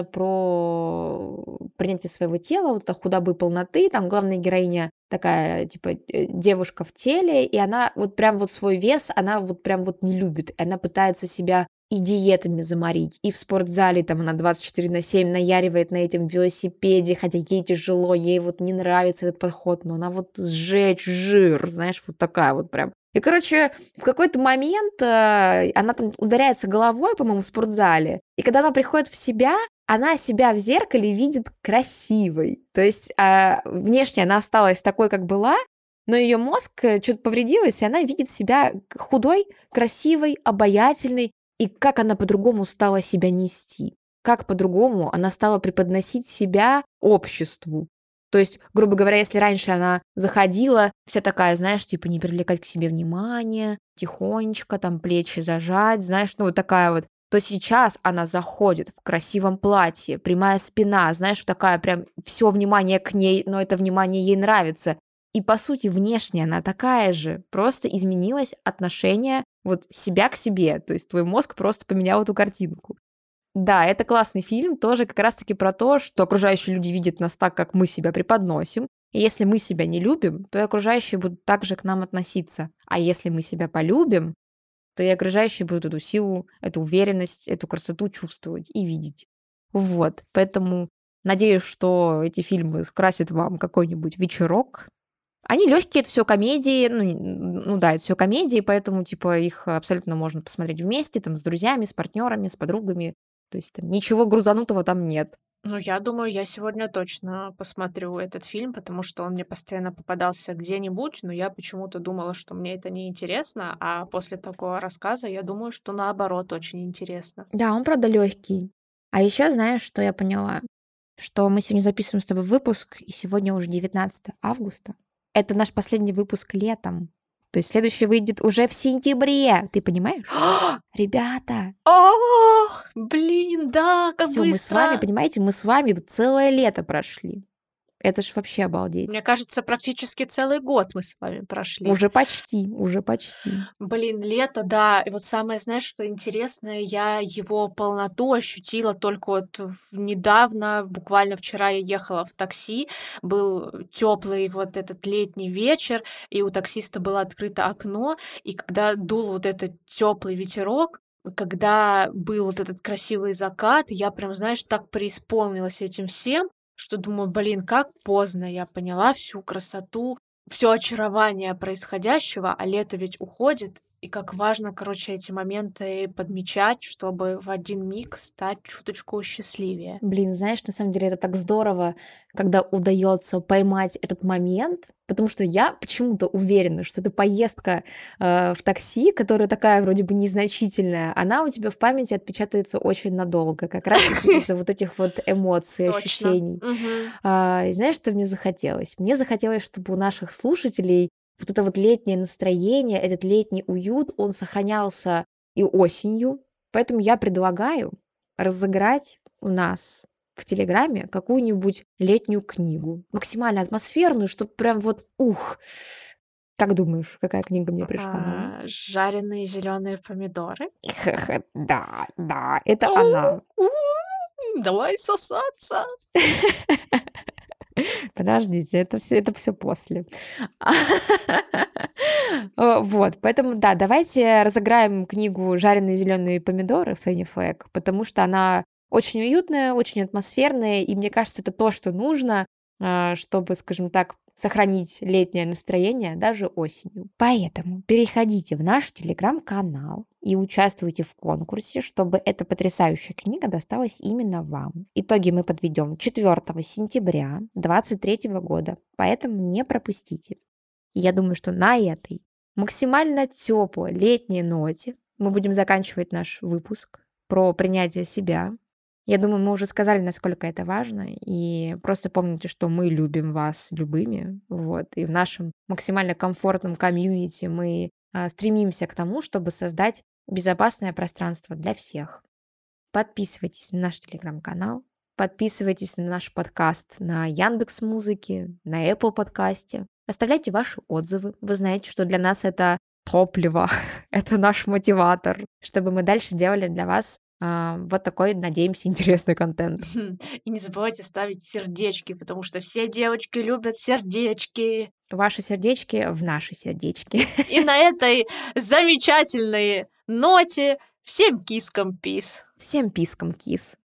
про принятие своего тела, вот это худобы, полноты. Там главная героиня такая, типа, девушка в теле, и она вот прям вот свой вес, она вот прям вот не любит. Она пытается себя и диетами заморить, и в спортзале там она 24/7 наяривает на этом велосипеде, хотя ей тяжело, ей вот не нравится этот подход, но она вот сжечь жир, знаешь, вот такая вот прям. И, короче, в какой-то момент она там ударяется головой, по-моему, в спортзале, и когда она приходит в себя, она себя в зеркале видит красивой. То есть внешне она осталась такой, как была, но ее мозг что-то повредилось, и она видит себя худой, красивой, обаятельной, и как она по-другому стала себя нести, как по-другому она стала преподносить себя обществу. То есть, грубо говоря, если раньше она заходила, вся такая, знаешь, типа не привлекать к себе внимания, тихонечко, там плечи зажать, знаешь, ну вот такая вот, то сейчас она заходит в красивом платье, прямая спина, знаешь, такая прям все внимание к ней, но это внимание ей нравится. И, по сути, внешне она такая же, просто изменилось отношение вот себя к себе, то есть твой мозг просто поменял эту картинку. Да, это классный фильм, тоже как раз-таки про то, что окружающие люди видят нас так, как мы себя преподносим, и если мы себя не любим, то и окружающие будут так же к нам относиться. А если мы себя полюбим, то и окружающие будут эту силу, эту уверенность, эту красоту чувствовать и видеть. Вот, поэтому надеюсь, что эти фильмы скрасят вам какой-нибудь вечерок. Они легкие, это все комедии, ну да, это все комедии, поэтому, типа, их абсолютно можно посмотреть вместе, там, с друзьями, с партнерами, с подругами. То есть там ничего грузанутого там нет. Ну, я думаю, я сегодня точно посмотрю этот фильм, потому что он мне постоянно попадался где-нибудь, но я почему-то думала, что мне это не интересно, а после такого рассказа я думаю, что наоборот очень интересно. Да, он, правда, легкий. А еще знаешь, что я поняла? Что мы сегодня записываем с тобой выпуск, и сегодня уже 19 августа. Это наш последний выпуск летом. То есть следующий выйдет уже в сентябре. Ты понимаешь? Ребята, О, блин, да, как все, мы с вами, быстро! понимаете, мы с вами целое лето прошли. Это ж вообще обалдеть. Мне кажется, практически целый год мы с вами прошли. Уже почти, уже почти. Блин, лето, да. И вот самое, знаешь, что интересное, я его полноту ощутила только вот недавно, буквально вчера я ехала в такси, был теплый вот этот летний вечер, и у таксиста было открыто окно, и когда дул вот этот теплый ветерок, когда был вот этот красивый закат, я прям, знаешь, так преисполнилась этим всем, что думаю, блин, как поздно я поняла всю красоту, все очарование происходящего, а лето ведь уходит, и как важно, короче, эти моменты подмечать, чтобы в один миг стать чуточку счастливее. Блин, знаешь, на самом деле это так здорово, когда удается поймать этот момент, потому что я почему-то уверена, что эта поездка в такси, которая такая вроде бы незначительная, она у тебя в памяти отпечатается очень надолго, как раз-таки из-за вот этих вот эмоций, Точно. ощущений. Мгм. И знаешь, что мне захотелось? Мне захотелось, чтобы у наших слушателей вот это вот летнее настроение, этот летний уют, он сохранялся и осенью. Поэтому я предлагаю разыграть у нас в Телеграме какую-нибудь летнюю книгу. Максимально атмосферную, чтобы прям вот ух. Как думаешь, какая книга мне пришла на ум? Жареные зеленые помидоры. Да, да, это О, она. давай сосаться. Подождите, это все после. Вот, поэтому, да, давайте разыграем книгу «Жареные зеленые помидоры» Фенни Флэг, потому что она очень уютная, очень атмосферная, и мне кажется, это то, что нужно, чтобы, скажем так, сохранить летнее настроение даже осенью. Поэтому переходите в наш телеграм-канал и участвуйте в конкурсе, чтобы эта потрясающая книга досталась именно вам. Итоги мы подведем 4 сентября 2023 года, поэтому не пропустите. И я думаю, что на этой максимально теплой летней ноте мы будем заканчивать наш выпуск про принятие себя. Я думаю, мы уже сказали, насколько это важно, и просто помните, что мы любим вас любыми, вот, и в нашем максимально комфортном комьюнити мы стремимся к тому, чтобы создать безопасное пространство для всех. Подписывайтесь на наш телеграм-канал, подписывайтесь на наш подкаст на Яндекс.Музыке, на Apple подкасте. Оставляйте ваши отзывы. Вы знаете, что для нас это топливо, это наш мотиватор, чтобы мы дальше делали для вас вот такой, надеемся, интересный контент. И не забывайте ставить сердечки, потому что все девочки любят сердечки. Ваши сердечки в наши сердечки. И на этой замечательной ноте всем кискам пис. Всем пискам кис.